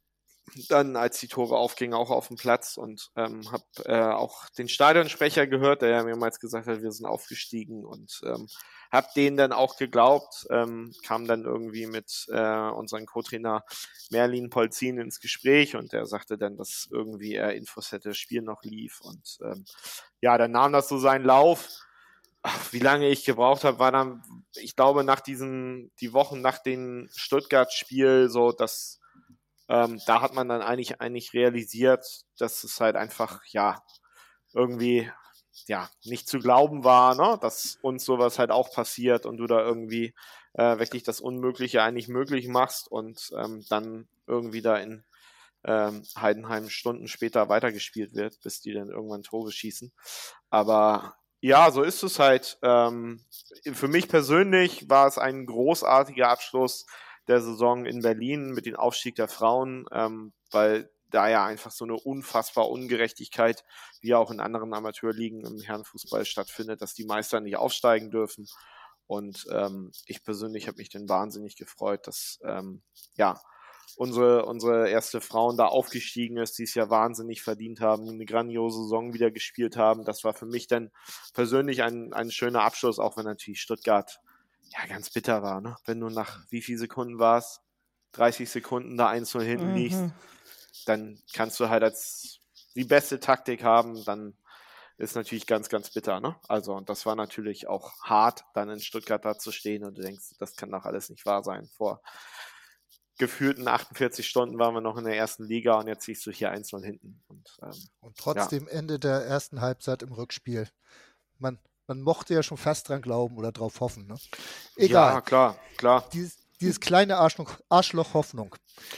dann, als die Tore aufgingen, auch auf dem Platz und ähm, habe äh, auch den Stadionsprecher gehört, der ja mehrmals gesagt hat, wir sind aufgestiegen und ähm, habe denen dann auch geglaubt, ähm, kam dann irgendwie mit äh, unserem Co-Trainer Merlin Polzin ins Gespräch und der sagte dann, dass irgendwie er Infos hätte, das Spiel noch lief und ähm, ja, dann nahm das so seinen Lauf. Ach, wie lange ich gebraucht habe, war dann, ich glaube, nach diesen, die Wochen nach dem Stuttgart-Spiel so, dass Ähm, da hat man dann eigentlich, eigentlich realisiert, dass es halt einfach, ja, irgendwie, ja, nicht zu glauben war, ne, dass uns sowas halt auch passiert und du da irgendwie äh, wirklich das Unmögliche eigentlich möglich machst und ähm, dann irgendwie da in ähm, Heidenheim Stunden später weitergespielt wird, bis die dann irgendwann Tore schießen. Aber ja, so ist es halt. Ähm, für mich persönlich war es ein großartiger Abschluss der Saison in Berlin mit dem Aufstieg der Frauen, ähm, weil da ja einfach so eine unfassbare Ungerechtigkeit, wie auch in anderen Amateurligen im Herrenfußball stattfindet, dass die Meister nicht aufsteigen dürfen. Und ähm, ich persönlich habe mich dann wahnsinnig gefreut, dass ähm, ja unsere, unsere erste Frauen da aufgestiegen ist, die es ja wahnsinnig verdient haben, eine grandiose Saison wieder gespielt haben. Das war für mich dann persönlich ein, ein schöner Abschluss, auch wenn natürlich Stuttgart ja ganz bitter war, ne? Wenn du nach wie viel Sekunden war es? dreißig Sekunden da eins null hinten Mhm. liegst, dann kannst du halt als die beste Taktik haben, dann ist natürlich ganz, ganz bitter, ne? Also, und das war natürlich auch hart, dann in Stuttgart da zu stehen und du denkst, das kann doch alles nicht wahr sein. Vor gefühlten achtundvierzig Stunden waren wir noch in der ersten Liga und jetzt siehst du hier eins null hinten. Und, ähm, Und trotzdem ja. Ende der ersten Halbzeit im Rückspiel. Man, man mochte ja schon fast dran glauben oder drauf hoffen. Ne? Egal. Ja, klar, klar. Dieses, dieses kleine Arschloch, Arschloch Hoffnung.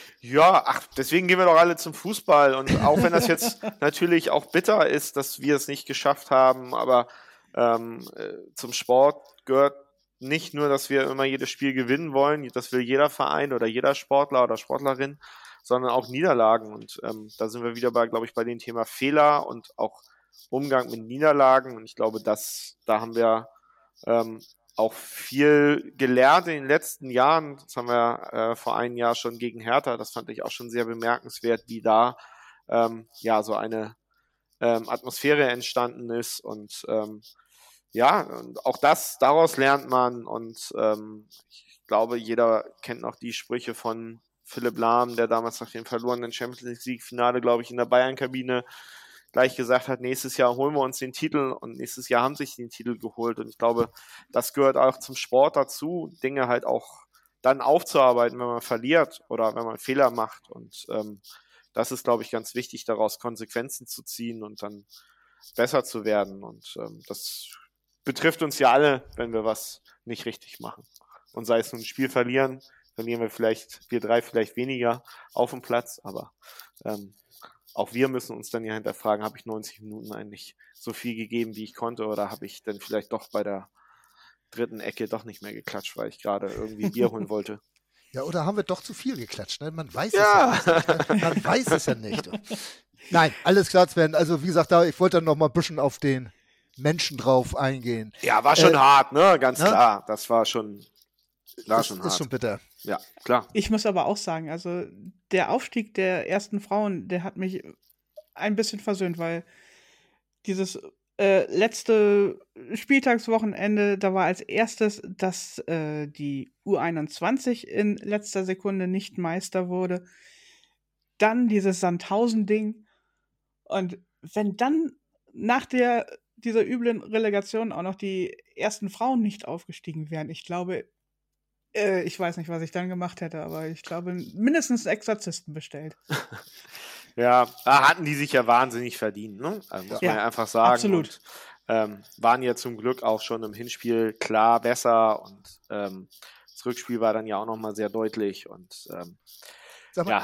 Ja, ach, deswegen gehen wir doch alle zum Fußball. Und auch wenn das jetzt natürlich auch bitter ist, dass wir es nicht geschafft haben, aber ähm, äh, zum Sport gehört nicht nur, dass wir immer jedes Spiel gewinnen wollen, das will jeder Verein oder jeder Sportler oder Sportlerin, sondern auch Niederlagen. Und ähm, da sind wir wieder bei, glaube ich, bei dem Thema Fehler und auch Umgang mit Niederlagen. Und ich glaube, dass da haben wir ähm, auch viel gelernt in den letzten Jahren. Das haben wir äh, vor einem Jahr schon gegen Hertha. Das fand ich auch schon sehr bemerkenswert, wie da ähm, ja so eine ähm, Atmosphäre entstanden ist. Und ähm, ja, und auch das, daraus lernt man. Und ähm, ich glaube, jeder kennt noch die Sprüche von Philipp Lahm, der damals nach dem verlorenen Champions League-Finale, glaube ich, in der Bayern-Kabine gleich gesagt hat, nächstes Jahr holen wir uns den Titel und nächstes Jahr haben sich den Titel geholt und ich glaube, das gehört auch zum Sport dazu, Dinge halt auch dann aufzuarbeiten, wenn man verliert oder wenn man Fehler macht und ähm, das ist, glaube ich, ganz wichtig, daraus Konsequenzen zu ziehen und dann besser zu werden und ähm, das betrifft uns ja alle, wenn wir was nicht richtig machen und sei es nun ein Spiel verlieren, verlieren wir vielleicht, wir drei vielleicht weniger auf dem Platz, aber ähm, auch wir müssen uns dann ja hinterfragen, habe ich neunzig Minuten eigentlich so viel gegeben, wie ich konnte, oder habe ich dann vielleicht doch bei der dritten Ecke doch nicht mehr geklatscht, weil ich gerade irgendwie Bier holen wollte. Ja, oder haben wir doch zu viel geklatscht, ne? Man weiß ja. es ja nicht. Ne? Man weiß es ja nicht. Nein, alles klar, Sven. Also wie gesagt, da, ich wollte dann noch mal ein bisschen auf den Menschen drauf eingehen. Ja, war schon äh, hart, ne? Ganz ne? klar. Das war schon, war das schon ist hart. schon bitter. Ja, klar. Ich muss aber auch sagen, also der Aufstieg der ersten Frauen, der hat mich ein bisschen versöhnt, weil dieses äh, letzte Spieltagswochenende, da war als erstes, dass äh, die U einundzwanzig in letzter Sekunde nicht Meister wurde. Dann dieses Sandhausen-Ding. Und wenn dann nach der, dieser üblen Relegation auch noch die ersten Frauen nicht aufgestiegen wären, ich glaube, ich weiß nicht, was ich dann gemacht hätte, aber ich glaube, mindestens Exorzisten bestellt. Ja, da hatten die sich ja wahnsinnig verdient, ne? Also muss ja, man ja einfach sagen. Absolut. Und, ähm, waren ja zum Glück auch schon im Hinspiel klar besser und ähm, das Rückspiel war dann ja auch nochmal sehr deutlich und ähm, Sag mal, ja.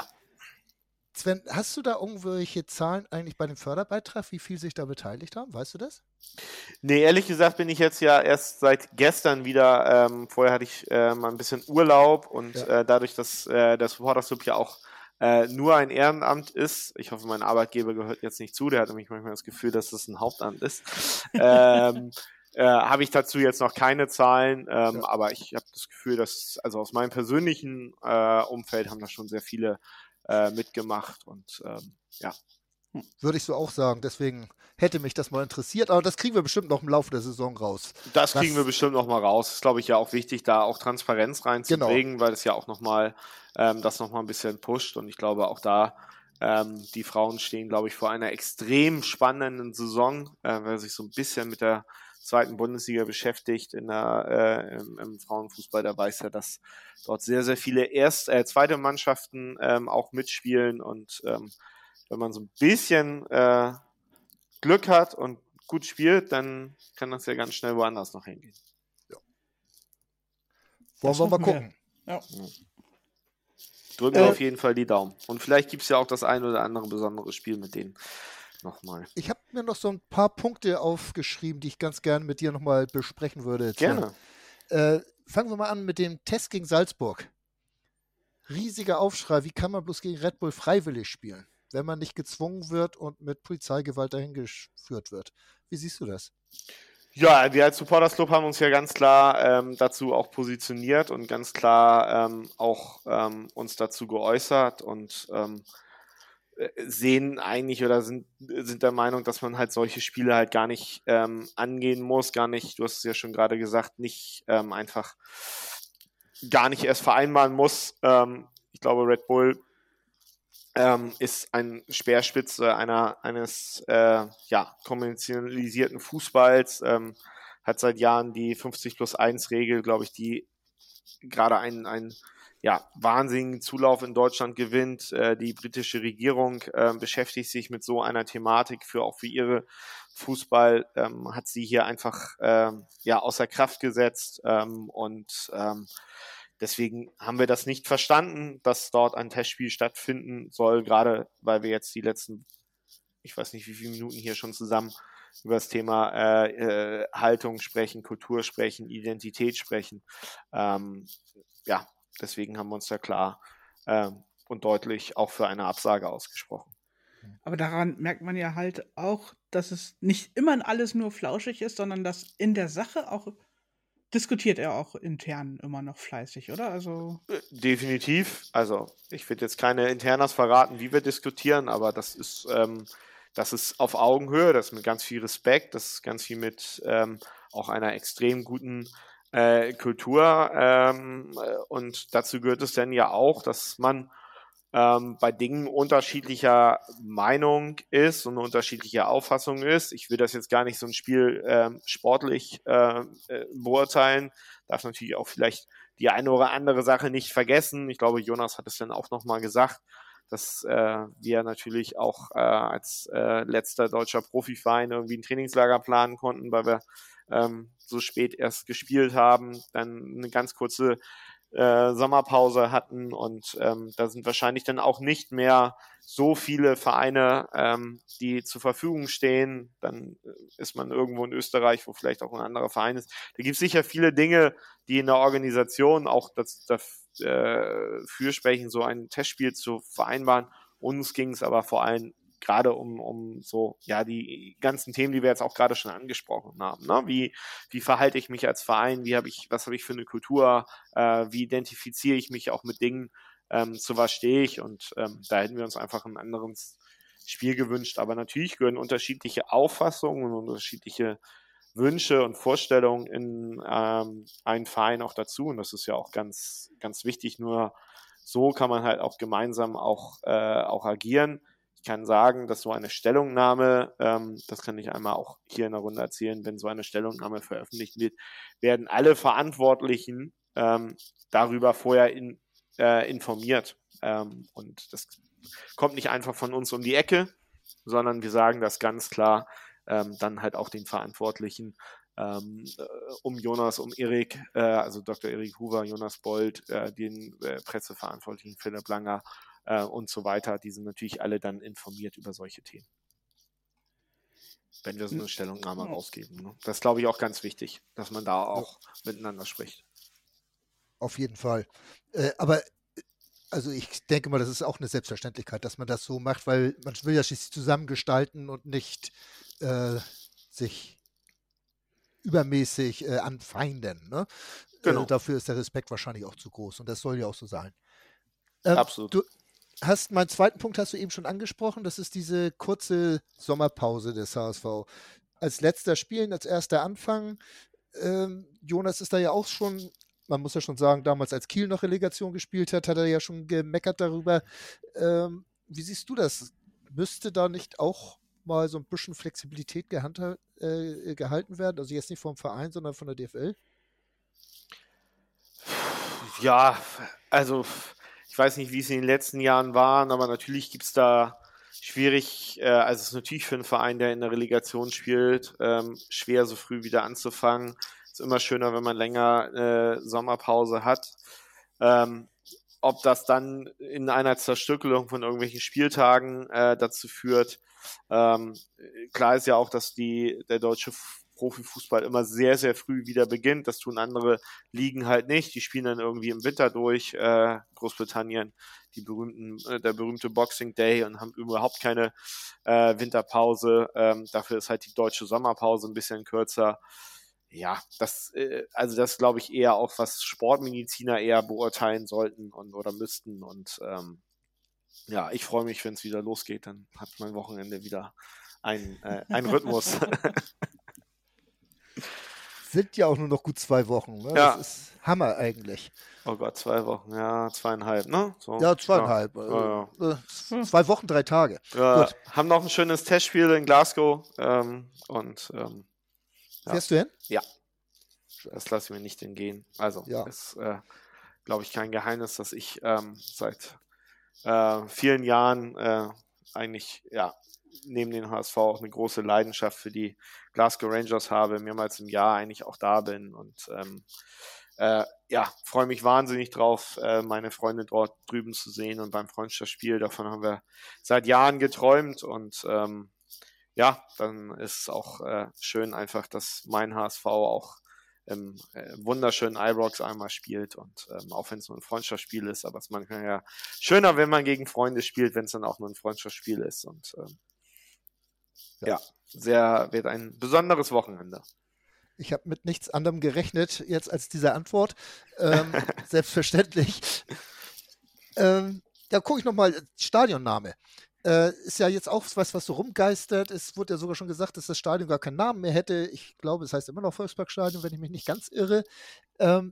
Sven, hast du da irgendwelche Zahlen eigentlich bei dem Förderbeitrag, wie viel sich da beteiligt haben? Weißt du das? Nee, ehrlich gesagt bin ich jetzt ja erst seit gestern wieder, ähm, vorher hatte ich äh, mal ein bisschen Urlaub und ja. äh, dadurch, dass äh, der Supporters Club ja auch äh, nur ein Ehrenamt ist, ich hoffe, mein Arbeitgeber gehört jetzt nicht zu, der hat nämlich manchmal das Gefühl, dass das ein Hauptamt ist, ähm, äh, habe ich dazu jetzt noch keine Zahlen, ähm, Ja. aber ich habe das Gefühl, dass, also aus meinem persönlichen äh, Umfeld haben da schon sehr viele äh, mitgemacht und ähm, ja. Würde ich so auch sagen. Deswegen hätte mich das mal interessiert. Aber das kriegen wir bestimmt noch im Laufe der Saison raus. Das Was- kriegen wir bestimmt noch mal raus. Ist, glaube ich, ja auch wichtig, da auch Transparenz reinzubringen, weil es ja auch noch mal ähm, das noch mal ein bisschen pusht. Und ich glaube, auch da ähm, die Frauen stehen, glaube ich, vor einer extrem spannenden Saison. Äh, wer sich so ein bisschen mit der zweiten Bundesliga beschäftigt in der, äh, im, im Frauenfußball, der weiß ja, dass dort sehr, sehr viele erst äh, zweite Mannschaften ähm, auch mitspielen. Und ähm, wenn man so ein bisschen äh, Glück hat und gut spielt, dann kann das ja ganz schnell woanders noch hingehen. Wollen Das wir mal hoffen wir. gucken. Ja. Drücken Äh, wir auf jeden Fall die Daumen. Und vielleicht gibt es ja auch das ein oder andere besondere Spiel mit denen nochmal. Ich habe mir noch so ein paar Punkte aufgeschrieben, die ich ganz gerne mit dir nochmal besprechen würde. Gerne. Äh, fangen wir mal an mit dem Test gegen Salzburg. Riesiger Aufschrei. Wie kann man bloß gegen Red Bull freiwillig spielen, wenn man nicht gezwungen wird und mit Polizeigewalt dahin geführt wird? Wie siehst du das? Ja, wir als Supporters Club haben uns ja ganz klar ähm, dazu auch positioniert und ganz klar ähm, auch ähm, uns dazu geäußert und ähm, äh, sehen eigentlich oder sind, sind der Meinung, dass man halt solche Spiele halt gar nicht ähm, angehen muss, gar nicht, du hast es ja schon gerade gesagt, nicht ähm, einfach gar nicht erst vereinbaren muss. Ähm, ich glaube, Red Bull ähm, ist ein Speerspitze einer, eines äh, ja, kommerzialisierten Fußballs, ähm, hat seit Jahren die fünfzig plus eins Regel, glaube ich, die gerade einen, einen ja, wahnsinnigen Zulauf in Deutschland gewinnt. Äh, die britische Regierung äh, beschäftigt sich mit so einer Thematik für auch für ihre Fußball, ähm, hat sie hier einfach ähm, ja, außer Kraft gesetzt ähm, und ähm, deswegen haben wir das nicht verstanden, dass dort ein Testspiel stattfinden soll, gerade weil wir jetzt die letzten, ich weiß nicht wie viele Minuten hier schon zusammen über das Thema äh, äh, Haltung sprechen, Kultur sprechen, Identität sprechen. Ähm, ja, deswegen haben wir uns da klar äh, und deutlich auch für eine Absage ausgesprochen. Aber daran merkt man ja halt auch, dass es nicht immer alles nur flauschig ist, sondern dass in der Sache auch diskutiert er auch intern immer noch fleißig, oder? Also Äh, Definitiv. Also ich würde jetzt keine Internas verraten, wie wir diskutieren, aber das ist, ähm, das ist auf Augenhöhe, das ist mit ganz viel Respekt, das ist ganz viel mit ähm, auch einer extrem guten äh, Kultur ähm, äh, und dazu gehört es dann ja auch, dass man ähm, bei Dingen unterschiedlicher Meinung ist und eine unterschiedliche Auffassung ist. Ich will das jetzt gar nicht so ein Spiel ähm, sportlich äh, äh, beurteilen, darf natürlich auch vielleicht die eine oder andere Sache nicht vergessen. Ich glaube, Jonas hat es dann auch nochmal gesagt, dass äh, wir natürlich auch äh, als äh, letzter deutscher Profiverein irgendwie ein Trainingslager planen konnten, weil wir ähm, so spät erst gespielt haben, dann eine ganz kurze äh, Sommerpause hatten und ähm, da sind wahrscheinlich dann auch nicht mehr so viele Vereine, ähm, die zur Verfügung stehen. Dann ist man irgendwo in Österreich, wo vielleicht auch ein anderer Verein ist. Da gibt es sicher viele Dinge, die in der Organisation auch das, dafür äh, sprechen, so ein Testspiel zu vereinbaren. Uns ging es aber vor allem gerade um, um so, ja, die ganzen Themen, die wir jetzt auch gerade schon angesprochen haben. Ne? Wie, wie verhalte ich mich als Verein? Wie habe ich, was habe ich für eine Kultur? Äh, wie identifiziere ich mich auch mit Dingen? Ähm, zu was stehe ich? Und ähm, da hätten wir uns einfach ein anderes Spiel gewünscht. Aber natürlich gehören unterschiedliche Auffassungen und unterschiedliche Wünsche und Vorstellungen in ähm, einen Verein auch dazu. Und das ist ja auch ganz, ganz wichtig. Nur so kann man halt auch gemeinsam auch, äh, auch agieren. Ich kann sagen, dass so eine Stellungnahme, ähm, das kann ich einmal auch hier in der Runde erzählen, wenn so eine Stellungnahme veröffentlicht wird, werden alle Verantwortlichen ähm, darüber vorher in, äh, informiert. Ähm, und das kommt nicht einfach von uns um die Ecke, sondern wir sagen das ganz klar ähm, dann halt auch den Verantwortlichen ähm, äh, um Jonas, um Erik, äh, also Doktor Erik Huber, Jonas Bold, äh, den äh, Presseverantwortlichen Philipp Langer, und so weiter, die sind natürlich alle dann informiert über solche Themen. Wenn wir so eine Stellungnahme rausgeben. Ne? Das ist, glaube ich, auch ganz wichtig, dass man da auch ja. miteinander spricht. Auf jeden Fall. Äh, aber also ich denke mal, das ist auch eine Selbstverständlichkeit, dass man das so macht, weil man will ja schließlich zusammengestalten und nicht äh, sich übermäßig äh, anfeinden. Ne? Genau. Äh, dafür ist der Respekt wahrscheinlich auch zu groß und das soll ja auch so sein. Ähm, Absolut. Du hast meinen zweiten Punkt hast du eben schon angesprochen, das ist diese kurze Sommerpause des H S V. Als letzter Spielen, als erster Anfang. Ähm, Jonas ist da ja auch schon, man muss ja schon sagen, damals als Kiel noch Relegation gespielt hat, hat er ja schon gemeckert darüber. Ähm, wie siehst du das? Müsste da nicht auch mal so ein bisschen Flexibilität gehandha- äh, gehalten werden? Also jetzt nicht vom Verein, sondern von der D F L? Ja, also ich weiß nicht, wie es in den letzten Jahren waren, aber natürlich gibt es da schwierig, äh, also es ist natürlich für einen Verein, der in der Relegation spielt, ähm, schwer so früh wieder anzufangen. Ist immer schöner, wenn man länger äh, Sommerpause hat. Ähm, ob das dann in einer Zerstückelung von irgendwelchen Spieltagen äh, dazu führt. Ähm, klar ist ja auch, dass die, der deutsche Profifußball immer sehr, sehr früh wieder beginnt. Das tun andere Ligen halt nicht. Die spielen dann irgendwie im Winter durch, äh, Großbritannien, die berühmten, äh, der berühmte Boxing Day und haben überhaupt keine äh, Winterpause. Ähm, dafür ist halt die deutsche Sommerpause ein bisschen kürzer. Ja, das, äh, also das glaube ich eher auch, was Sportmediziner eher beurteilen sollten und oder müssten. Und ähm, ja, ich freue mich, wenn es wieder losgeht. Dann hat mein Wochenende wieder ein, äh, ein Rhythmus. Sind ja auch nur noch gut zwei Wochen. Ne? Ja. Das ist Hammer eigentlich. Oh Gott, zwei Wochen, ja, zweieinhalb, ne? So, Ja, zweieinhalb. Ja, äh, ja, äh, Zwei Wochen, drei Tage. ja. Gut. Äh, haben noch ein schönes Testspiel in Glasgow ähm, und ähm, ja. Fährst du hin? Ja, das lasse ich mir nicht entgehen. Also, Ja. ist, äh, glaube ich, kein Geheimnis, dass ich ähm, seit äh, vielen Jahren äh, eigentlich, ja, neben den H S V auch eine große Leidenschaft für die Glasgow Rangers habe, mehrmals im Jahr eigentlich auch da bin und ähm, äh, ja, freue mich wahnsinnig drauf, äh, meine Freunde dort drüben zu sehen und beim Freundschaftsspiel, davon haben wir seit Jahren geträumt und ähm, ja, dann ist es auch äh, schön einfach, dass mein H S V auch im äh, wunderschönen Ibrox einmal spielt und ähm, auch wenn es nur ein Freundschaftsspiel ist, aber es ist manchmal ja schöner, wenn man gegen Freunde spielt, wenn es dann auch nur ein Freundschaftsspiel ist und ähm, ja. ja, sehr, wird ein besonderes Wochenende. Ich habe mit nichts anderem gerechnet jetzt als diese Antwort. Ähm, selbstverständlich. Ähm, ja, gucke ich nochmal, Stadionname. Äh, ist ja jetzt auch was, was so rumgeistert. Es wurde ja sogar schon gesagt, dass das Stadion gar keinen Namen mehr hätte. Ich glaube, es heißt immer noch Volksparkstadion, wenn ich mich nicht ganz irre. Ähm,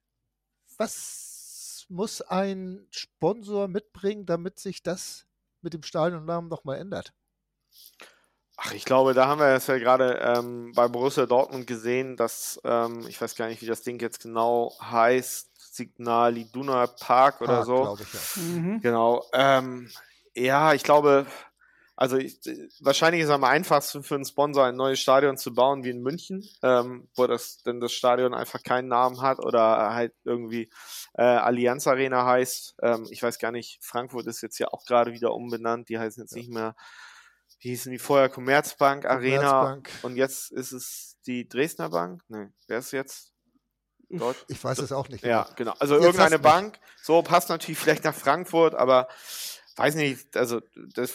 was muss ein Sponsor mitbringen, damit sich das mit dem Stadionnamen nochmal ändert? Ach, ich glaube, da haben wir es ja gerade ähm, bei Borussia Dortmund gesehen, dass, ähm, ich weiß gar nicht, wie das Ding jetzt genau heißt, Signal Iduna Park oder Park, so. glaube ich, ja. Mhm. Genau. Ähm, ja, ich glaube, also ich, wahrscheinlich ist es am einfachsten für einen Sponsor ein neues Stadion zu bauen wie in München, ähm, wo das denn das Stadion einfach keinen Namen hat oder halt irgendwie äh, Allianz Arena heißt. Ähm, ich weiß gar nicht, Frankfurt ist jetzt ja auch gerade wieder umbenannt, die heißen jetzt Ja. nicht mehr, wie hießen die vorher, Commerzbank Arena Commerzbank. und jetzt ist es die Dresdner Bank? Nee, wer ist jetzt dort? Ich weiß es auch nicht genau. Ja, genau. Also Jetzt irgendeine hast du mich. Bank, so passt natürlich vielleicht nach Frankfurt, aber weiß nicht, also das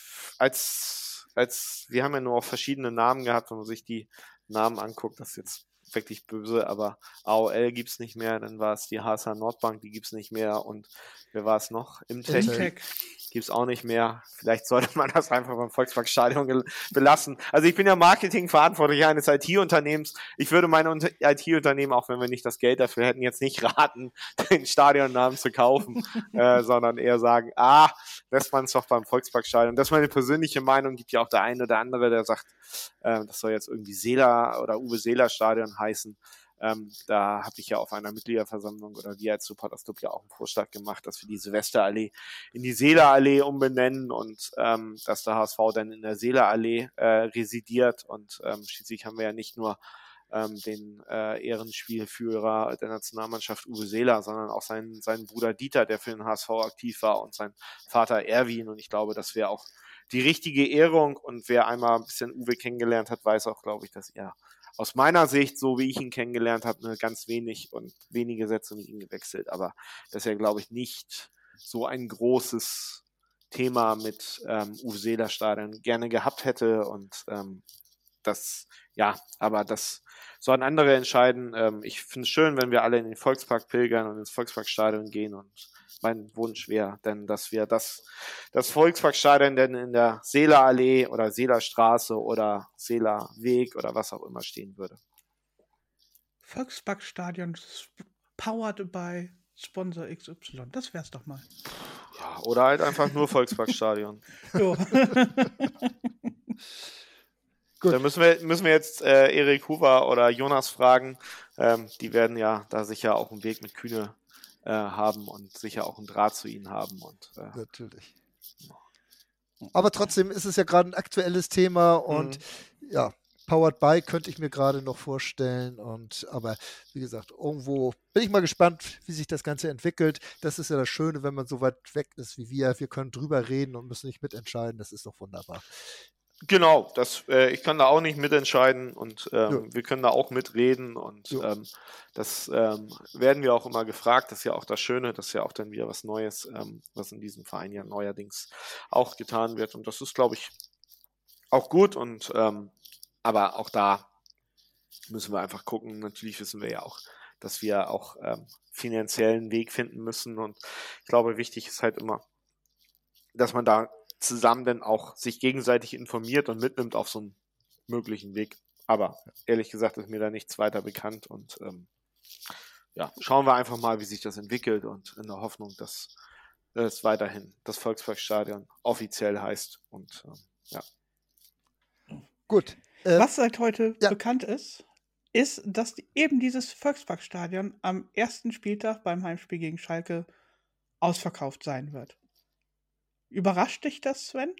als, als wir haben ja nur auch verschiedene Namen gehabt, wenn man sich die Namen anguckt, das ist jetzt wirklich böse, aber A O L gibt's nicht mehr, dann war es die H S H Nordbank, die gibt's nicht mehr und wer war es noch? Imtech. Imtech. Gibt's auch nicht mehr. Vielleicht sollte man das einfach beim Volksparkstadion gel- belassen. Also ich bin ja Marketingverantwortlicher eines I T-Unternehmens. Ich würde meine Unter- I T-Unternehmen, auch wenn wir nicht das Geld dafür hätten, jetzt nicht raten, den Stadionnamen zu kaufen, äh, sondern eher sagen, ah, lässt man es doch beim Volksparkstadion. Das ist meine persönliche Meinung. Gibt ja auch der eine oder andere, der sagt, äh, das soll jetzt irgendwie Seela oder Uwe Seeler Stadion heißen. Ähm, da habe ich ja auf einer Mitgliederversammlung oder wir als Supporters Club ja auch einen Vorschlag gemacht, dass wir die Silvesterallee in die Seelerallee umbenennen und ähm, dass der H S V dann in der Seelerallee äh, residiert und ähm, schließlich haben wir ja nicht nur ähm, den äh, Ehrenspielführer der Nationalmannschaft Uwe Seeler, sondern auch seinen, seinen Bruder Dieter, der für den H S V aktiv war und sein Vater Erwin und ich glaube, das wäre auch die richtige Ehrung und wer einmal ein bisschen Uwe kennengelernt hat, weiß auch, glaube ich, dass er aus meiner Sicht, so wie ich ihn kennengelernt habe, nur ganz wenig und wenige Sätze mit ihm gewechselt, aber dass er, glaube ich, nicht so ein großes Thema mit ähm, Uwe Seeler Stadion gerne gehabt hätte und ähm, das, ja, aber das sollen andere entscheiden. Ähm, ich finde es schön, wenn wir alle in den Volkspark pilgern und ins Volksparkstadion gehen, und mein Wunsch wäre denn, dass wir das, das Volksparkstadion denn in der Seelerallee oder Seelerstraße oder Seelerweg oder was auch immer stehen würde. Volksparkstadion powered by Sponsor X Y. Das wär's doch mal. Ja, oder halt einfach nur Volksparkstadion. Jo. Gut. Da müssen wir, müssen wir jetzt äh, Erik Huber oder Jonas fragen. Ähm, die werden ja da sicher auch einen Weg mit Kühne äh, haben und sicher auch einen Draht zu ihnen haben. Und, äh, Natürlich. Aber trotzdem ist es ja gerade ein aktuelles Thema und Mhm. ja, Powered by könnte ich mir gerade noch vorstellen. Und aber wie gesagt, irgendwo bin ich mal gespannt, wie sich das Ganze entwickelt. Das ist ja das Schöne, wenn man so weit weg ist wie wir. Wir können drüber reden und müssen nicht mitentscheiden. Das ist doch wunderbar. Genau, das, äh, ich kann da auch nicht mitentscheiden und ähm, Ja. wir können da auch mitreden und Ja. ähm, das ähm, werden wir auch immer gefragt. Das ist ja auch das Schöne, das ist ja auch dann wieder was Neues, ähm, was in diesem Verein ja neuerdings auch getan wird, und das ist, glaube ich, auch gut, und ähm, aber auch da müssen wir einfach gucken. Natürlich wissen wir ja auch, dass wir auch ähm, finanziellen Weg finden müssen, und ich glaube, wichtig ist halt immer, dass man da zusammen dann auch sich gegenseitig informiert und mitnimmt auf so einen möglichen Weg. Aber ehrlich gesagt ist mir da nichts weiter bekannt, und ähm, ja, schauen wir einfach mal, wie sich das entwickelt, und in der Hoffnung, dass es weiterhin das Volksparkstadion offiziell heißt, und ähm, ja. Gut. Äh, Was seit heute ja. bekannt ist, ist, dass die, eben dieses Volksparkstadion am ersten Spieltag beim Heimspiel gegen Schalke ausverkauft sein wird. Überrascht dich das, Sven?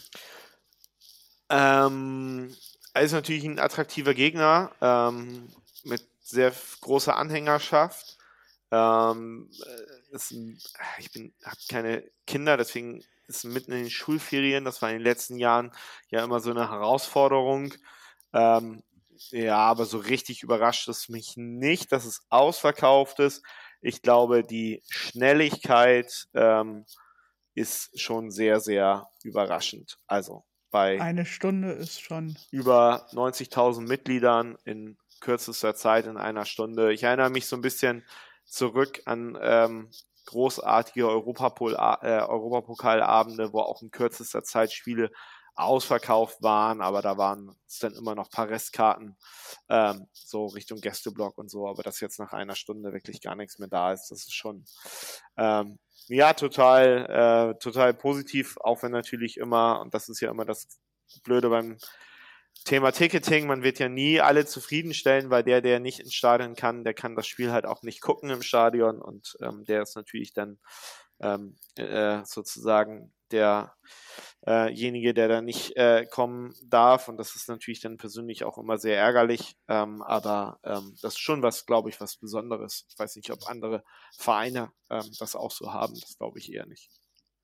Ähm, er ist natürlich ein attraktiver Gegner ähm, mit sehr f- großer Anhängerschaft. Ähm, äh, ist ein, ich bin, habe keine Kinder, deswegen ist mitten in den Schulferien, das war in den letzten Jahren ja immer so eine Herausforderung. Ähm, ja, aber so richtig überrascht es mich nicht, dass es ausverkauft ist. Ich glaube, die Schnelligkeit ähm, ist schon sehr, sehr überraschend. Also bei Eine Stunde ist schon. über neunzigtausend Mitgliedern in kürzester Zeit in einer Stunde. Ich erinnere mich so ein bisschen zurück an ähm, großartige Europapol, äh, Europapokalabende, wo auch in kürzester Zeit Spiele ausverkauft waren, aber da waren es dann immer noch ein paar Restkarten, ähm, so Richtung Gästeblock und so, aber dass jetzt nach einer Stunde wirklich gar nichts mehr da ist, das ist schon ähm, ja total, äh, total positiv, auch wenn natürlich immer, und das ist ja immer das Blöde beim Thema Ticketing, man wird ja nie alle zufriedenstellen, weil der, der nicht ins Stadion kann, der kann das Spiel halt auch nicht gucken im Stadion, und ähm, der ist natürlich dann ähm, äh, sozusagen derjenige, äh der da nicht äh, kommen darf, und das ist natürlich dann persönlich auch immer sehr ärgerlich, ähm, aber ähm, das ist schon was, glaube ich, was Besonderes. Ich weiß nicht, ob andere Vereine ähm, das auch so haben, das glaube ich eher nicht.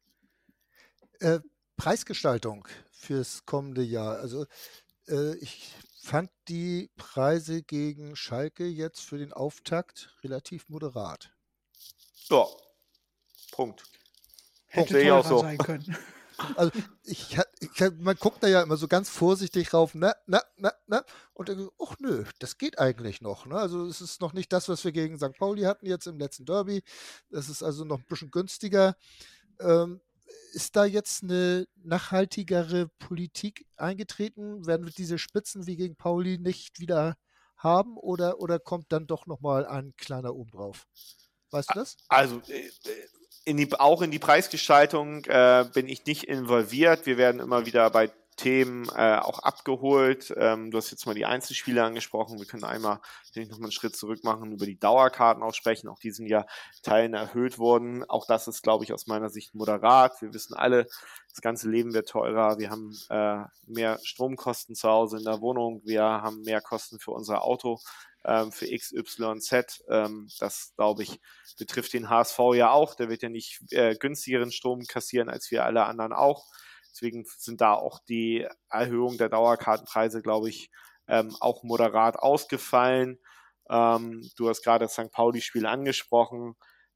Äh, Preisgestaltung fürs kommende Jahr. Also äh, ich fand die Preise gegen Schalke jetzt für den Auftakt relativ moderat. Ja, Punkt. Hätte Sehe ich auch teurer so. sein können. Also ich, ha- ich, ha- man guckt da ja immer so ganz vorsichtig rauf, na, na, na, na, und denkt, so, ach nö, das geht eigentlich noch. Ne? Also es ist noch nicht das, was wir gegen Sankt Pauli hatten jetzt im letzten Derby. Das ist also noch ein bisschen günstiger. Ähm, ist da jetzt eine nachhaltigere Politik eingetreten? Werden wir diese Spitzen wie gegen Pauli nicht wieder haben, oder, oder kommt dann doch nochmal ein kleiner oben drauf? Weißt du das? Also äh, in die, auch in die Preisgestaltung äh, bin ich nicht involviert. Wir werden immer wieder bei Themen äh, auch abgeholt. Ähm, du hast jetzt mal die Einzelspiele angesprochen. Wir können einmal noch mal einen Schritt zurück machen und über die Dauerkarten auch sprechen. Auch die sind ja Teilen erhöht worden. Auch das ist, glaube ich, aus meiner Sicht moderat. Wir wissen alle, das ganze Leben wird teurer. Wir haben äh, mehr Stromkosten zu Hause in der Wohnung. Wir haben mehr Kosten für unser Auto, ähm, für X Y Z. Ähm, das, glaube ich, betrifft den H S V ja auch. Der wird ja nicht äh, günstigeren Strom kassieren als wir alle anderen auch. Deswegen sind da auch die Erhöhungen der Dauerkartenpreise, glaube ich, ähm, auch moderat ausgefallen. Ähm, du hast gerade das Sankt Pauli-Spiel angesprochen.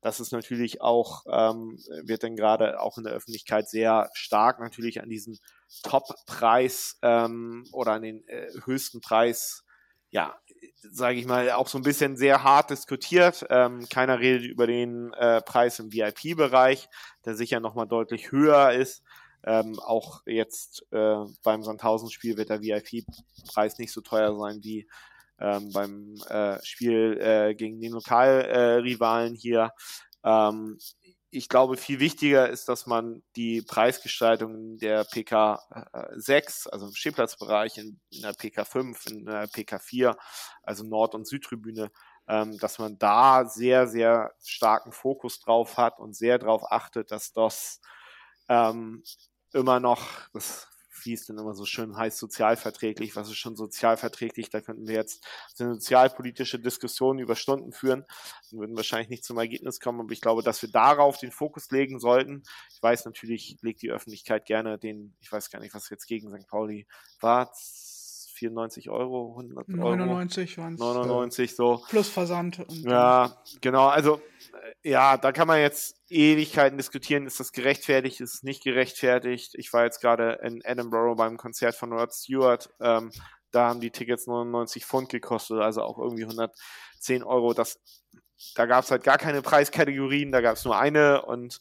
das ist natürlich auch, ähm, wird dann gerade auch in der Öffentlichkeit sehr stark natürlich an diesen Top-Preis ähm, oder an den äh, höchsten Preis, ja, sage ich mal, auch so ein bisschen sehr hart diskutiert. Ähm, keiner redet über den äh, Preis im V I P-Bereich, der sicher nochmal deutlich höher ist. Ähm, auch jetzt äh, beim Sandhausen-Spiel wird der V I P-Preis nicht so teuer sein wie ähm, beim äh, Spiel äh, gegen den Lokalrivalen äh, hier. Ähm, ich glaube, viel wichtiger ist, dass man die Preisgestaltung der P K sechs, also im Stehplatzbereich, in, in der P K fünf, in der P K vier, also Nord- und Südtribüne, ähm, dass man da sehr, sehr starken Fokus drauf hat und sehr darauf achtet, dass das ähm, immer noch, das hieß dann immer so schön, heißt sozialverträglich. Was ist schon sozialverträglich? Da könnten wir jetzt eine sozialpolitische Diskussion über Stunden führen und würden wahrscheinlich nicht zum Ergebnis kommen. Aber ich glaube, dass wir darauf den Fokus legen sollten. Ich weiß natürlich, legt die Öffentlichkeit gerne den, ich weiß gar nicht, was jetzt gegen Sankt Pauli war, vierundneunzig Euro, hundert Euro. neunundneunzig waren es. neunundneunzig, so. Plus Versand. Und ja, genau. Also, ja, da kann man jetzt Ewigkeiten diskutieren. Ist das gerechtfertigt? Ist es nicht gerechtfertigt? Ich war jetzt gerade in Edinburgh beim Konzert von Rod Stewart. Ähm, da haben die Tickets neunundneunzig Pfund gekostet, also auch irgendwie hundertzehn Euro. Das, da gab es halt gar keine Preiskategorien, da gab es nur eine. Und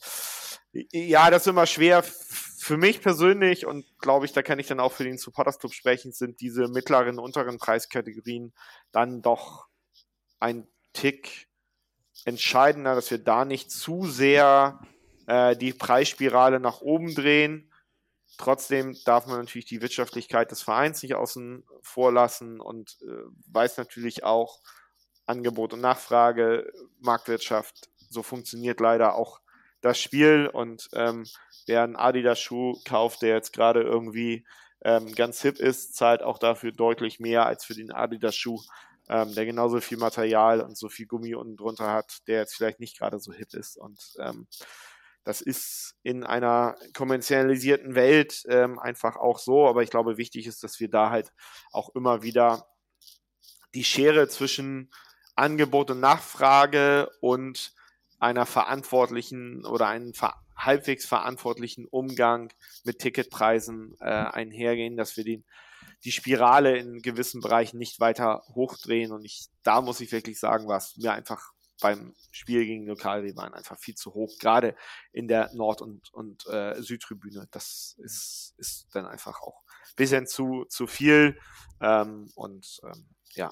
ja, das ist immer schwer. Für mich persönlich, und glaube ich, da kann ich dann auch für den Supporters Club sprechen, sind diese mittleren, unteren Preiskategorien dann doch ein Tick entscheidender, dass wir da nicht zu sehr äh, die Preisspirale nach oben drehen. Trotzdem darf man natürlich die Wirtschaftlichkeit des Vereins nicht außen vor lassen und äh, weiß natürlich auch, Angebot und Nachfrage, Marktwirtschaft, so funktioniert leider auch das Spiel. Und ähm, wer einen Adidas-Schuh kauft, der jetzt gerade irgendwie ähm, ganz hip ist, zahlt auch dafür deutlich mehr als für den Adidas-Schuh, ähm, der genauso viel Material und so viel Gummi unten drunter hat, der jetzt vielleicht nicht gerade so hip ist. Und ähm, das ist in einer kommerzialisierten Welt ähm, einfach auch so. Aber ich glaube, wichtig ist, dass wir da halt auch immer wieder die Schere zwischen Angebot und Nachfrage und einer verantwortlichen oder einen ver- halbwegs verantwortlichen Umgang mit Ticketpreisen äh, einhergehen, dass wir den, die Spirale in gewissen Bereichen nicht weiter hochdrehen. Und ich, da muss ich wirklich sagen, war es mir einfach beim Spiel gegen Lokalrivalen einfach viel zu hoch, gerade in der Nord- und, und äh, Südtribüne. Das ist, ist dann einfach auch ein bisschen zu, zu viel. Ähm, und ähm, ja.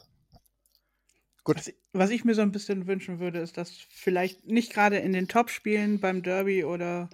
Gut. Was, was ich mir so ein bisschen wünschen würde, ist, dass vielleicht nicht gerade in den Top-Spielen beim Derby oder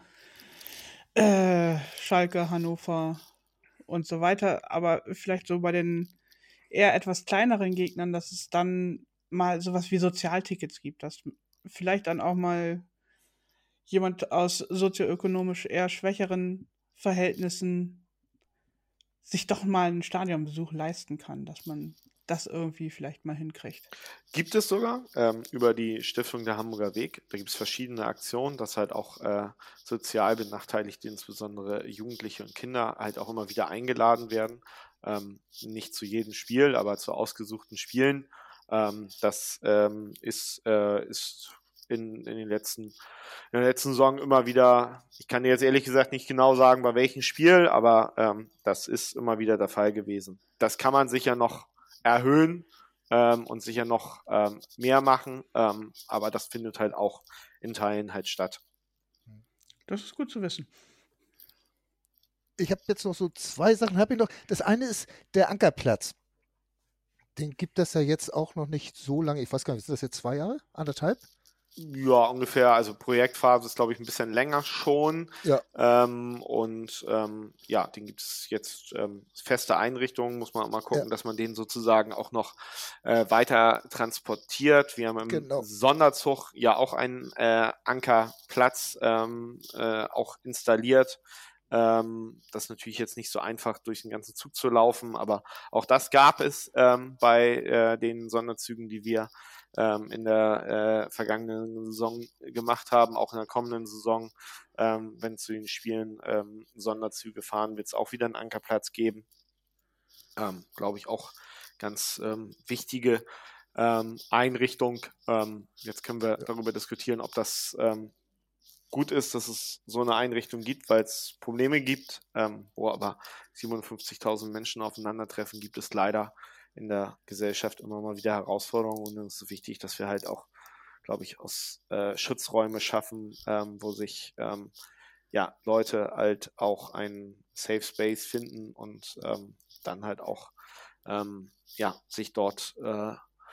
äh, Schalke, Hannover und so weiter, aber vielleicht so bei den eher etwas kleineren Gegnern, dass es dann mal sowas wie Sozialtickets gibt, dass vielleicht dann auch mal jemand aus sozioökonomisch eher schwächeren Verhältnissen sich doch mal einen Stadionbesuch leisten kann, dass man das irgendwie vielleicht mal hinkriegt. Gibt es sogar ähm, über die Stiftung der Hamburger Weg. Da gibt es verschiedene Aktionen, dass halt auch äh, sozial benachteiligte, insbesondere Jugendliche und Kinder, halt auch immer wieder eingeladen werden. Ähm, nicht zu jedem Spiel, aber zu ausgesuchten Spielen. Ähm, das ähm, ist, äh, ist in, in, den letzten, in der letzten Saison immer wieder, ich kann dir jetzt ehrlich gesagt nicht genau sagen, bei welchem Spiel, aber ähm, das ist immer wieder der Fall gewesen. Das kann man sicher noch erhöhen ähm, und sicher noch ähm, mehr machen, ähm, aber das findet halt auch in Teilen halt statt. Das ist gut zu wissen. Ich habe jetzt noch so zwei Sachen, habe ich noch. Das eine ist der Ankerplatz. Den gibt es ja jetzt auch noch nicht so lange. Ich weiß gar nicht, ist das jetzt zwei Jahre? Anderthalb? Ja, ungefähr. Also Projektphase ist, glaube ich, ein bisschen länger schon. Ja. Ähm, und ähm, ja, den gibt es jetzt ähm, feste Einrichtungen, muss man auch mal gucken, Ja. dass man den sozusagen auch noch äh, weiter transportiert. Wir haben im Genau. Sonderzug ja auch einen äh, Ankerplatz ähm, äh, auch installiert. Ähm, das ist natürlich jetzt nicht so einfach, durch den ganzen Zug zu laufen, aber auch das gab es ähm, bei äh, den Sonderzügen, die wir ähm, in der äh, vergangenen Saison gemacht haben, auch in der kommenden Saison, ähm, wenn zu den Spielen ähm, Sonderzüge fahren, wird es auch wieder einen Ankerplatz geben. Ähm, glaube ich auch ganz ähm, wichtige ähm, Einrichtung. Ähm, jetzt können wir darüber diskutieren, ob das ähm, gut ist, dass es so eine Einrichtung gibt, weil es Probleme gibt, ähm, wo aber siebenundfünfzigtausend Menschen aufeinandertreffen, gibt es leider in der Gesellschaft immer mal wieder Herausforderungen, und es ist wichtig, dass wir halt auch, glaube ich, aus äh, Schutzräume schaffen, ähm, wo sich ähm, ja, Leute halt auch einen Safe Space finden und ähm, dann halt auch ähm, ja, sich dort äh,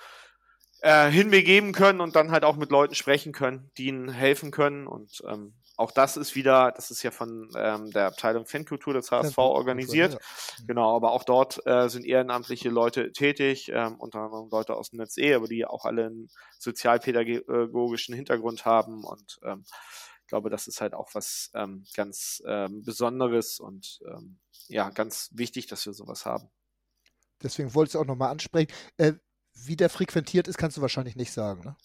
äh, hinbegeben können und dann halt auch mit Leuten sprechen können, die ihnen helfen können. Und ähm, auch das ist wieder, das ist ja von ähm, der Abteilung Fankultur des H S V organisiert. Ja. Genau, aber auch dort äh, sind ehrenamtliche Leute tätig, ähm, unter anderem Leute aus dem Netz E, aber die auch alle einen sozialpädagogischen Hintergrund haben. Und ähm, ich glaube, das ist halt auch was ähm, ganz ähm, Besonderes und ähm, ja, ganz wichtig, dass wir sowas haben. Deswegen wollte ich es auch nochmal ansprechen. Äh, wie der frequentiert ist, kannst du wahrscheinlich nicht sagen, ne?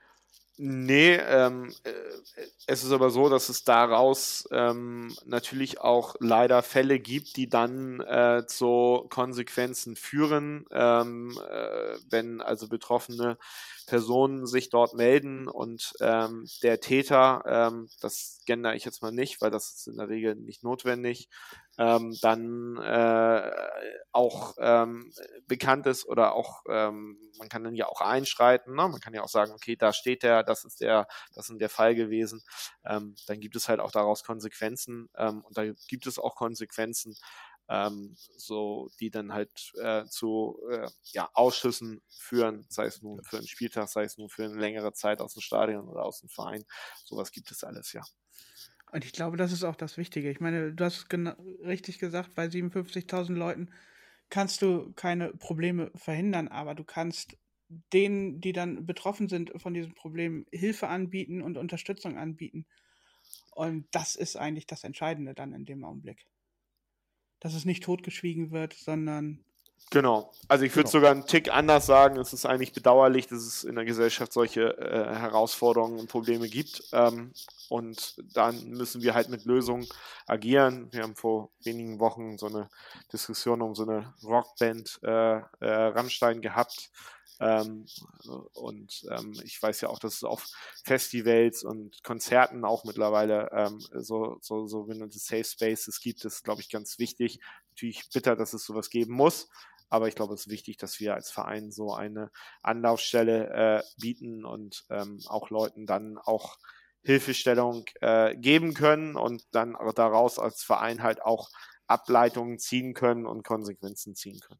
Nee, ähm, äh, es ist aber so, dass es daraus ähm, natürlich auch leider Fälle gibt, die dann äh, zu Konsequenzen führen, ähm, äh, wenn also betroffene Personen sich dort melden und ähm, der Täter, ähm, das gendere ich jetzt mal nicht, weil das ist in der Regel nicht notwendig, ähm, dann äh, auch ähm, bekannt ist oder auch, ähm, man kann dann ja auch einschreiten, ne? Man kann ja auch sagen, okay, da steht der, das ist der, das ist der Fall gewesen, ähm, dann gibt es halt auch daraus Konsequenzen ähm, und da gibt es auch Konsequenzen, ähm, so die dann halt äh, zu äh, ja, Ausschüssen führen, sei es nun für einen Spieltag, sei es nun für eine längere Zeit aus dem Stadion oder aus dem Verein, sowas gibt es alles, ja. Und ich glaube, das ist auch das Wichtige. Ich meine, du hast es gena- richtig gesagt, bei siebenundfünfzigtausend Leuten kannst du keine Probleme verhindern, aber du kannst denen, die dann betroffen sind von diesem Problem, Hilfe anbieten und Unterstützung anbieten. Und das ist eigentlich das Entscheidende dann in dem Augenblick. Dass es nicht totgeschwiegen wird, sondern... Genau. Also ich würde Genau. sogar einen Tick anders sagen. Es ist eigentlich bedauerlich, dass es in der Gesellschaft solche äh, Herausforderungen und Probleme gibt. Ähm, und dann müssen wir halt mit Lösungen agieren. Wir haben vor wenigen Wochen so eine Diskussion um so eine Rockband äh, äh, Rammstein gehabt. Ähm, und ähm, ich weiß ja auch, dass es auf Festivals und Konzerten auch mittlerweile ähm, so, so, so sogenannte Safe Spaces gibt. Das ist, glaube ich, ganz wichtig. Natürlich bitter, dass es sowas geben muss. Aber ich glaube, es ist wichtig, dass wir als Verein so eine Anlaufstelle äh, bieten und ähm, auch Leuten dann auch Hilfestellung äh, geben können und dann daraus als Verein halt auch Ableitungen ziehen können und Konsequenzen ziehen können.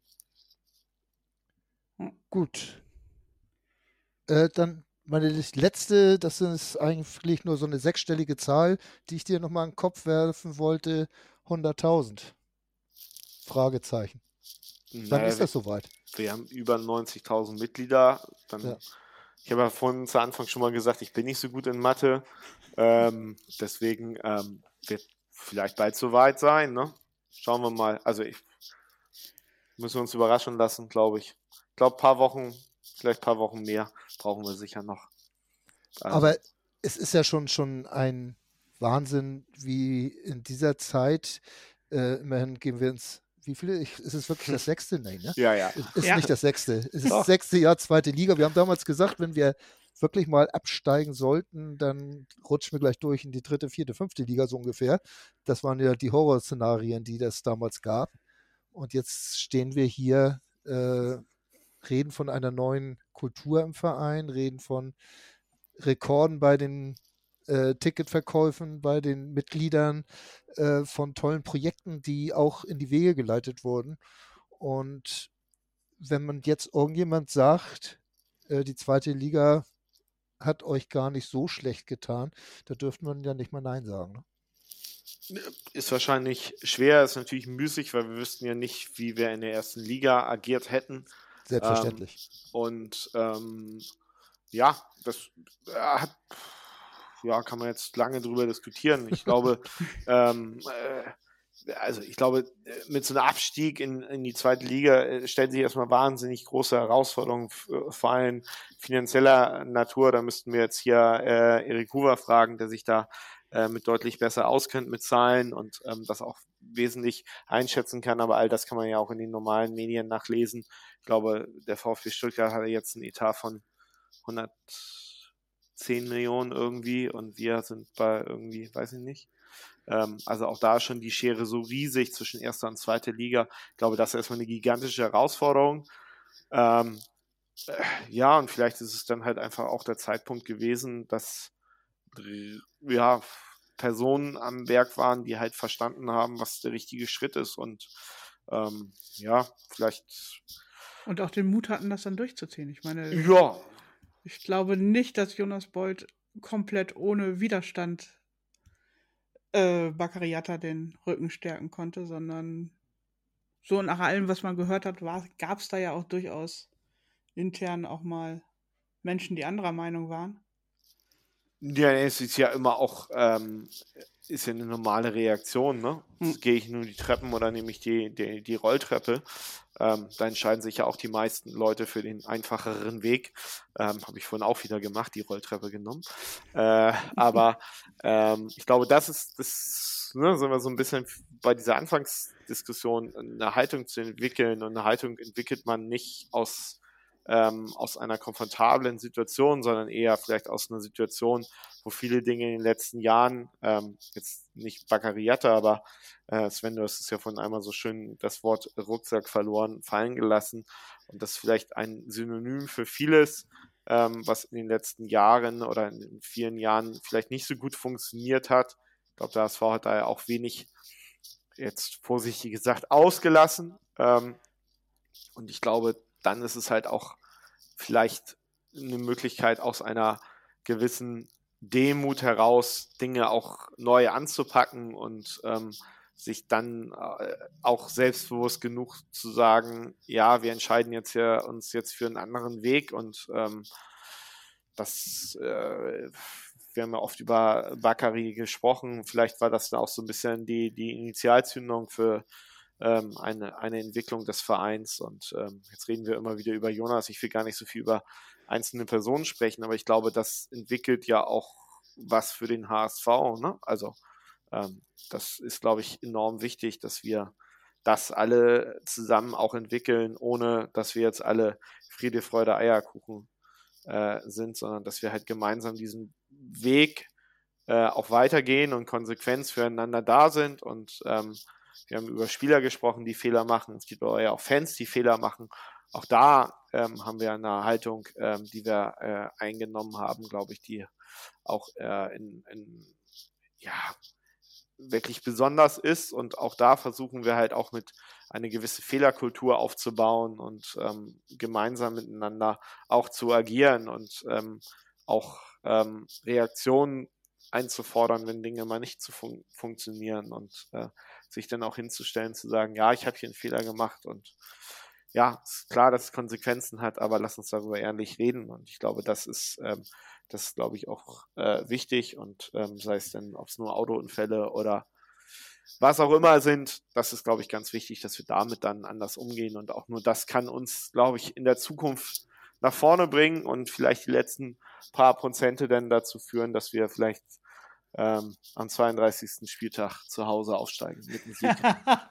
Gut. Äh, dann meine letzte, das ist eigentlich nur so eine sechsstellige Zahl, die ich dir nochmal in den Kopf werfen wollte. hunderttausend. Fragezeichen. Wann Naja, ist das soweit? Wir, wir haben über neunzigtausend Mitglieder. Dann, Ja. Ich habe ja vorhin zu Anfang schon mal gesagt, ich bin nicht so gut in Mathe. Ähm, deswegen ähm, wird vielleicht bald soweit sein. Ne? Schauen wir mal. Also ich müssen wir uns überraschen lassen, glaube ich. Ich glaube, ein paar Wochen, vielleicht ein paar Wochen mehr brauchen wir sicher noch. Also, Aber es ist ja schon, schon ein Wahnsinn, wie in dieser Zeit, äh, immerhin gehen wir ins, wie viele? Ich, ist es wirklich das sechste? Nein, ne? ja, ja. Es ist Ja. nicht das sechste. Es ist Doch. das sechste Jahr zweite Liga. Wir haben damals gesagt, wenn wir wirklich mal absteigen sollten, dann rutschen wir gleich durch in die dritte, vierte, fünfte Liga so ungefähr. Das waren ja die Horrorszenarien, die das damals gab. Und jetzt stehen wir hier, äh, reden von einer neuen Kultur im Verein, reden von Rekorden bei den äh, Ticketverkäufen, bei den Mitgliedern, äh, von tollen Projekten, die auch in die Wege geleitet wurden. Und wenn man jetzt irgendjemand sagt, äh, die zweite Liga hat euch gar nicht so schlecht getan, da dürfte man ja nicht mal Nein sagen. Ne? Ist wahrscheinlich schwer, ist natürlich müßig, weil wir wüssten ja nicht, wie wir in der ersten Liga agiert hätten. Selbstverständlich. Ähm, und ähm, ja, das äh, hat, ja, kann man jetzt lange drüber diskutieren. Ich glaube, ähm, äh, also ich glaube, mit so einem Abstieg in, in die zweite Liga äh, stellen sich erstmal wahnsinnig große Herausforderungen, vor allem finanzieller Natur. Da müssten wir jetzt hier äh, Erik Hoover fragen, der sich da äh, mit deutlich besser auskennt mit Zahlen und ähm, das auch wesentlich einschätzen kann, aber all das kann man ja auch in den normalen Medien nachlesen. Ich glaube, der VfB Stuttgart hatte jetzt einen Etat von hundertzehn Millionen irgendwie und wir sind bei irgendwie, weiß ich nicht. Ähm, also auch da schon die Schere so riesig zwischen erster und zweiter Liga. Ich glaube, das ist erstmal eine gigantische Herausforderung. Ähm, äh, ja, und vielleicht ist es dann halt einfach auch der Zeitpunkt gewesen, dass ja, Personen am Werk waren, die halt verstanden haben, was der richtige Schritt ist und ähm, ja, vielleicht Und auch den Mut hatten, das dann durchzuziehen. Ich meine, ja, ich glaube nicht, dass Jonas Bold komplett ohne Widerstand äh, Baccariata den Rücken stärken konnte, sondern so nach allem, was man gehört hat, gab es da ja auch durchaus intern auch mal Menschen, die anderer Meinung waren. Ja, es ist ja immer auch, ähm, ist ja eine normale Reaktion, ne? Hm. Gehe ich nur die Treppen oder nehme ich die, die, die Rolltreppe? Ähm, da entscheiden sich ja auch die meisten Leute für den einfacheren Weg. Ähm, habe ich vorhin auch wieder gemacht, die Rolltreppe genommen. Äh, aber ähm, ich glaube, das ist, das, ne, sind wir so ein bisschen bei dieser Anfangsdiskussion, eine Haltung zu entwickeln. Und eine Haltung entwickelt man nicht aus Ähm, aus einer komfortablen Situation, sondern eher vielleicht aus einer Situation, wo viele Dinge in den letzten Jahren, ähm, jetzt nicht Baccariata, aber äh, Sven, du hast es ja von einmal so schön das Wort Rucksack verloren, fallen gelassen und das ist vielleicht ein Synonym für vieles, ähm, was in den letzten Jahren oder in den vielen Jahren vielleicht nicht so gut funktioniert hat. Ich glaube, der H S V hat da ja auch wenig, jetzt vorsichtig gesagt, ausgelassen ähm, und ich glaube, dann ist es halt auch vielleicht eine Möglichkeit, aus einer gewissen Demut heraus Dinge auch neu anzupacken und ähm, sich dann äh, auch selbstbewusst genug zu sagen, ja, wir entscheiden jetzt ja uns jetzt für einen anderen Weg und ähm, das, äh, wir haben ja oft über Baccari gesprochen, vielleicht war das dann auch so ein bisschen die, die Initialzündung für ähm, eine, eine Entwicklung des Vereins und ähm, jetzt reden wir immer wieder über Jonas, ich will gar nicht so viel über einzelne Personen sprechen, aber ich glaube, das entwickelt ja auch was für den H S V, ne? Also ähm, das ist, glaube ich, enorm wichtig, dass wir das alle zusammen auch entwickeln, ohne dass wir jetzt alle Friede, Freude, Eierkuchen äh, sind, sondern dass wir halt gemeinsam diesen Weg äh, auch weitergehen und konsequent füreinander da sind und ähm, wir haben über Spieler gesprochen, die Fehler machen. Es gibt aber ja auch Fans, die Fehler machen. Auch da ähm, haben wir eine Haltung, ähm, die wir äh, eingenommen haben, glaube ich, die auch äh, in, in, ja, wirklich besonders ist. Und auch da versuchen wir halt auch mit eine gewisse Fehlerkultur aufzubauen und ähm, gemeinsam miteinander auch zu agieren und ähm, auch ähm, Reaktionen einzufordern, wenn Dinge mal nicht zu fun- funktionieren und äh, sich dann auch hinzustellen, zu sagen, ja, ich habe hier einen Fehler gemacht und ja, ist klar, dass es Konsequenzen hat, aber lass uns darüber ehrlich reden und ich glaube, das ist, ähm, das ist, glaube ich, auch äh, wichtig und ähm, sei es denn, ob es nur Autounfälle oder was auch immer sind, das ist, glaube ich, ganz wichtig, dass wir damit dann anders umgehen und auch nur das kann uns, glaube ich, in der Zukunft nach vorne bringen und vielleicht die letzten paar Prozente dann dazu führen, dass wir vielleicht ähm, am zweiunddreißigsten Spieltag zu Hause aufsteigen mit dem Sieg.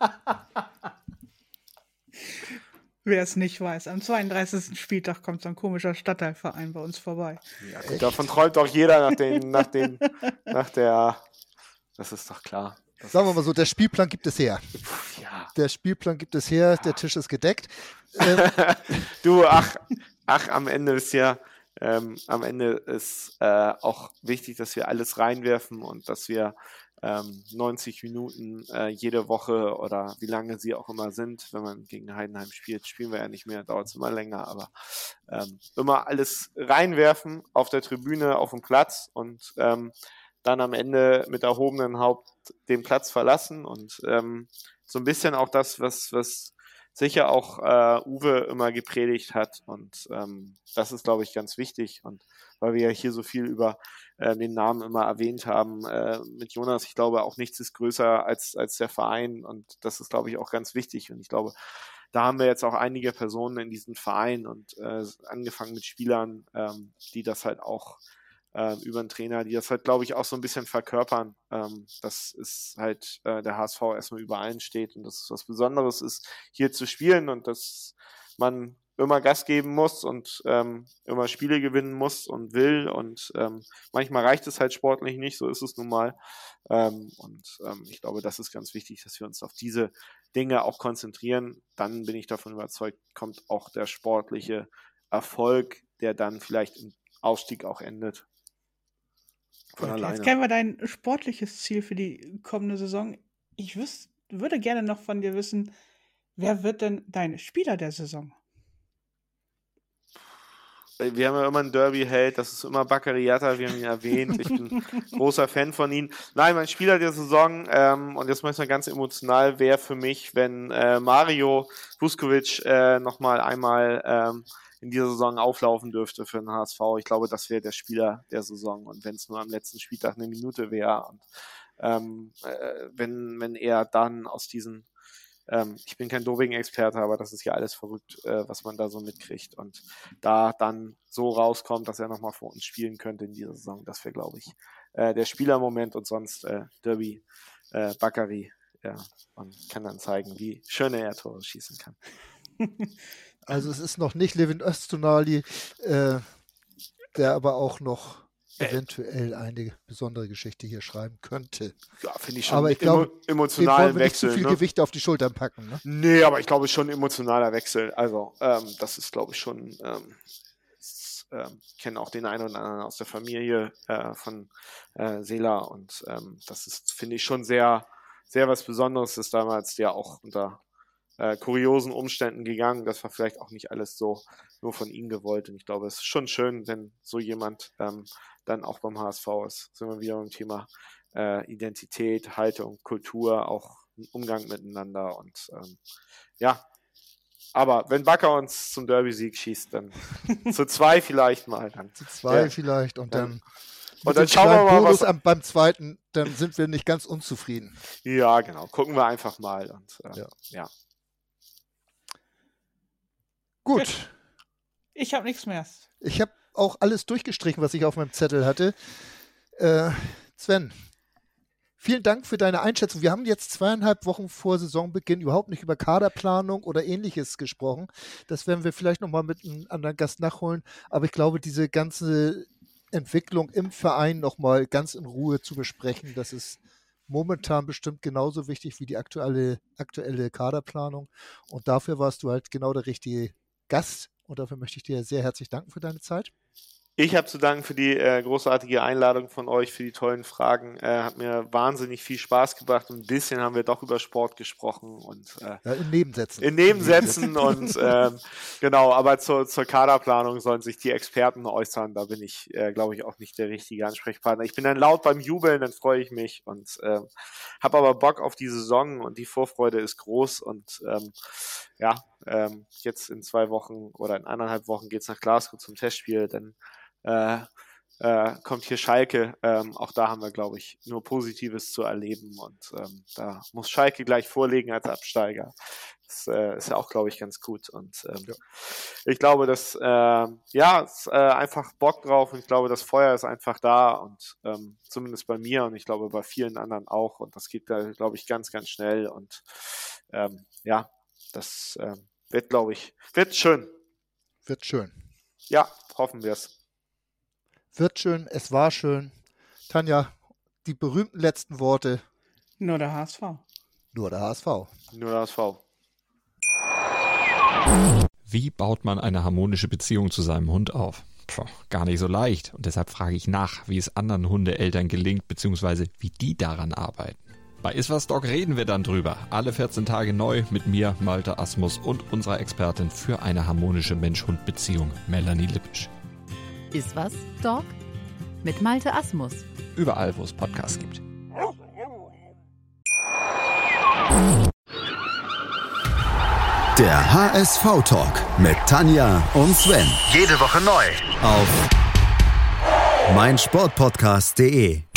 Wer es nicht weiß, am zweiunddreißigsten Spieltag kommt so ein komischer Stadtteilverein bei uns vorbei. Ja, gut, davon träumt doch jeder nach den, nach den, nach der, das ist doch klar. Das Sagen wir mal so, der Spielplan gibt es her. Ja. Der Spielplan gibt es her, der Tisch ist gedeckt. Ähm, du, ach, ach, am Ende ist ja, ähm, am Ende ist äh, auch wichtig, dass wir alles reinwerfen und dass wir ähm, neunzig Minuten äh, jede Woche oder wie lange sie auch immer sind, wenn man gegen Heidenheim spielt, spielen wir ja nicht mehr, dauert es immer länger, aber ähm, immer alles reinwerfen auf der Tribüne, auf dem Platz und ähm, dann am Ende mit erhobenem Haupt den Platz verlassen und ähm, so ein bisschen auch das, was, was sicher auch äh, Uwe immer gepredigt hat und ähm, das ist, glaube ich, ganz wichtig und weil wir ja hier so viel über äh, den Namen immer erwähnt haben äh, mit Jonas, ich glaube auch nichts ist größer als, als der Verein und das ist, glaube ich, auch ganz wichtig und ich glaube, da haben wir jetzt auch einige Personen in diesem Verein und äh, angefangen mit Spielern, ähm, die das halt auch äh, über einen Trainer, die das halt, glaube ich, auch so ein bisschen verkörpern. Ähm, das ist halt äh, der H S V erstmal über allen steht und dass es was Besonderes ist, hier zu spielen und dass man immer Gas geben muss und ähm, immer Spiele gewinnen muss und will und ähm, manchmal reicht es halt sportlich nicht, so ist es nun mal. Ähm, und ähm, ich glaube, das ist ganz wichtig, dass wir uns auf diese Dinge auch konzentrieren. Dann bin ich davon überzeugt, kommt auch der sportliche Erfolg, der dann vielleicht im Ausstieg auch endet. Von Okay, alleine. jetzt kennen wir dein sportliches Ziel für die kommende Saison. Ich wüs- würde gerne noch von dir wissen, wer wird denn dein Spieler der Saison? Wir haben ja immer einen Derby-Held, das ist immer Bakary Yatta, wir haben ihn erwähnt. Ich bin großer Fan von ihm. Nein, mein Spieler der Saison, ähm, und jetzt möchte ich ganz emotional, wäre für mich, wenn äh, Mario Vuskovic äh, nochmal einmal ähm, in dieser Saison auflaufen dürfte für den H S V. Ich glaube, das wäre der Spieler der Saison. Und wenn es nur am letzten Spieltag eine Minute wäre und ähm, äh, wenn, wenn er dann aus diesen Ähm, ich bin kein Doping-Experte, aber das ist ja alles verrückt, äh, was man da so mitkriegt. Und da dann so rauskommt, dass er nochmal vor uns spielen könnte in dieser Saison, das wäre, glaube ich, äh, der Spielermoment und sonst äh, Derby äh, Bakary. Ja, und kann dann zeigen, wie schön er Tore schießen kann. Also es ist noch nicht Levin Öztunali, äh, der aber auch noch eventuell eine besondere Geschichte hier schreiben könnte. Ja, finde ich schon. Aber ich glaube, emotionalen wir Wechsel. Nicht zu viel ne? Gewicht auf die Schultern packen. Ne? Nee, aber ich glaube schon emotionaler Wechsel. Also ähm, das ist, glaube ich, schon, ähm, ist, ähm, ich kenne auch den einen oder anderen aus der Familie äh, von äh, Sela und ähm, das ist, finde ich, schon sehr, sehr was Besonderes. Ist damals ja auch unter äh, kuriosen Umständen gegangen. Das war vielleicht auch nicht alles so nur von ihm gewollt. Und ich glaube, es ist schon schön, wenn so jemand ähm, dann auch beim H S V ist. Sind wir wieder beim Thema äh, Identität, Haltung, Kultur, auch Umgang miteinander und ähm, ja, aber wenn Bakker uns zum Derby-Sieg schießt, dann zu zwei vielleicht mal. Dann. Zu zwei ja. vielleicht und dann, ja. und dann schauen wir mal, was am, beim zweiten, dann sind wir nicht ganz unzufrieden. Ja, genau. Gucken wir einfach mal. Und, äh, ja. ja. Gut. Ich habe nichts mehr. Ich habe auch alles durchgestrichen, was ich auf meinem Zettel hatte. Äh, Sven, vielen Dank für deine Einschätzung. Wir haben jetzt zweieinhalb Wochen vor Saisonbeginn überhaupt nicht über Kaderplanung oder Ähnliches gesprochen. Das werden wir vielleicht nochmal mit einem anderen Gast nachholen. Aber ich glaube, diese ganze Entwicklung im Verein nochmal ganz in Ruhe zu besprechen, das ist momentan bestimmt genauso wichtig wie die aktuelle, aktuelle Kaderplanung. Und dafür warst du halt genau der richtige Gast. Und dafür möchte ich dir sehr herzlich danken für deine Zeit. Ich habe zu danken für die äh, großartige Einladung von euch, für die tollen Fragen. Äh, hat mir wahnsinnig viel Spaß gebracht. Und ein bisschen haben wir doch über Sport gesprochen. Und, äh, ja, in Nebensätzen. In Nebensätzen. und ähm, genau, aber zur, zur Kaderplanung sollen sich die Experten äußern. Da bin ich, äh, glaube ich, auch nicht der richtige Ansprechpartner. Ich bin dann laut beim Jubeln, dann freue ich mich und äh, habe aber Bock auf die Saison und die Vorfreude ist groß. Und ähm, ja, ähm, jetzt in zwei Wochen oder in eineinhalb Wochen geht es nach Glasgow zum Testspiel. Dann Äh, äh, kommt hier Schalke. Ähm, auch da haben wir, glaube ich, nur Positives zu erleben und ähm, da muss Schalke gleich vorlegen als Absteiger. Das äh, ist ja auch, glaube ich, ganz gut und ähm, ja. ich glaube, dass äh, ja, es, äh, einfach Bock drauf und ich glaube, das Feuer ist einfach da und ähm, zumindest bei mir und ich glaube bei vielen anderen auch und das geht da, glaube ich, ganz, ganz schnell und ähm, ja, das äh, wird, glaube ich, wird schön. Wird schön. Ja, hoffen wir es. Wird schön, es war schön. Tanja, die berühmten letzten Worte. Nur der H S V. Nur der H S V. Nur der H S V. Wie baut man eine harmonische Beziehung zu seinem Hund auf? Puh, gar nicht so leicht. Und deshalb frage ich nach, wie es anderen Hundeeltern gelingt, beziehungsweise wie die daran arbeiten. Bei Iswas Dog reden wir dann drüber. Alle vierzehn Tage neu mit mir, Malte Asmus und unserer Expertin für eine harmonische Mensch-Hund-Beziehung, Melanie Lippisch. Iswas Dog mit Malte Asmus. Überall, wo es Podcasts gibt. Der H S V-Talk mit Tanja und Sven. Jede Woche neu Auf meinsportpodcast punkt de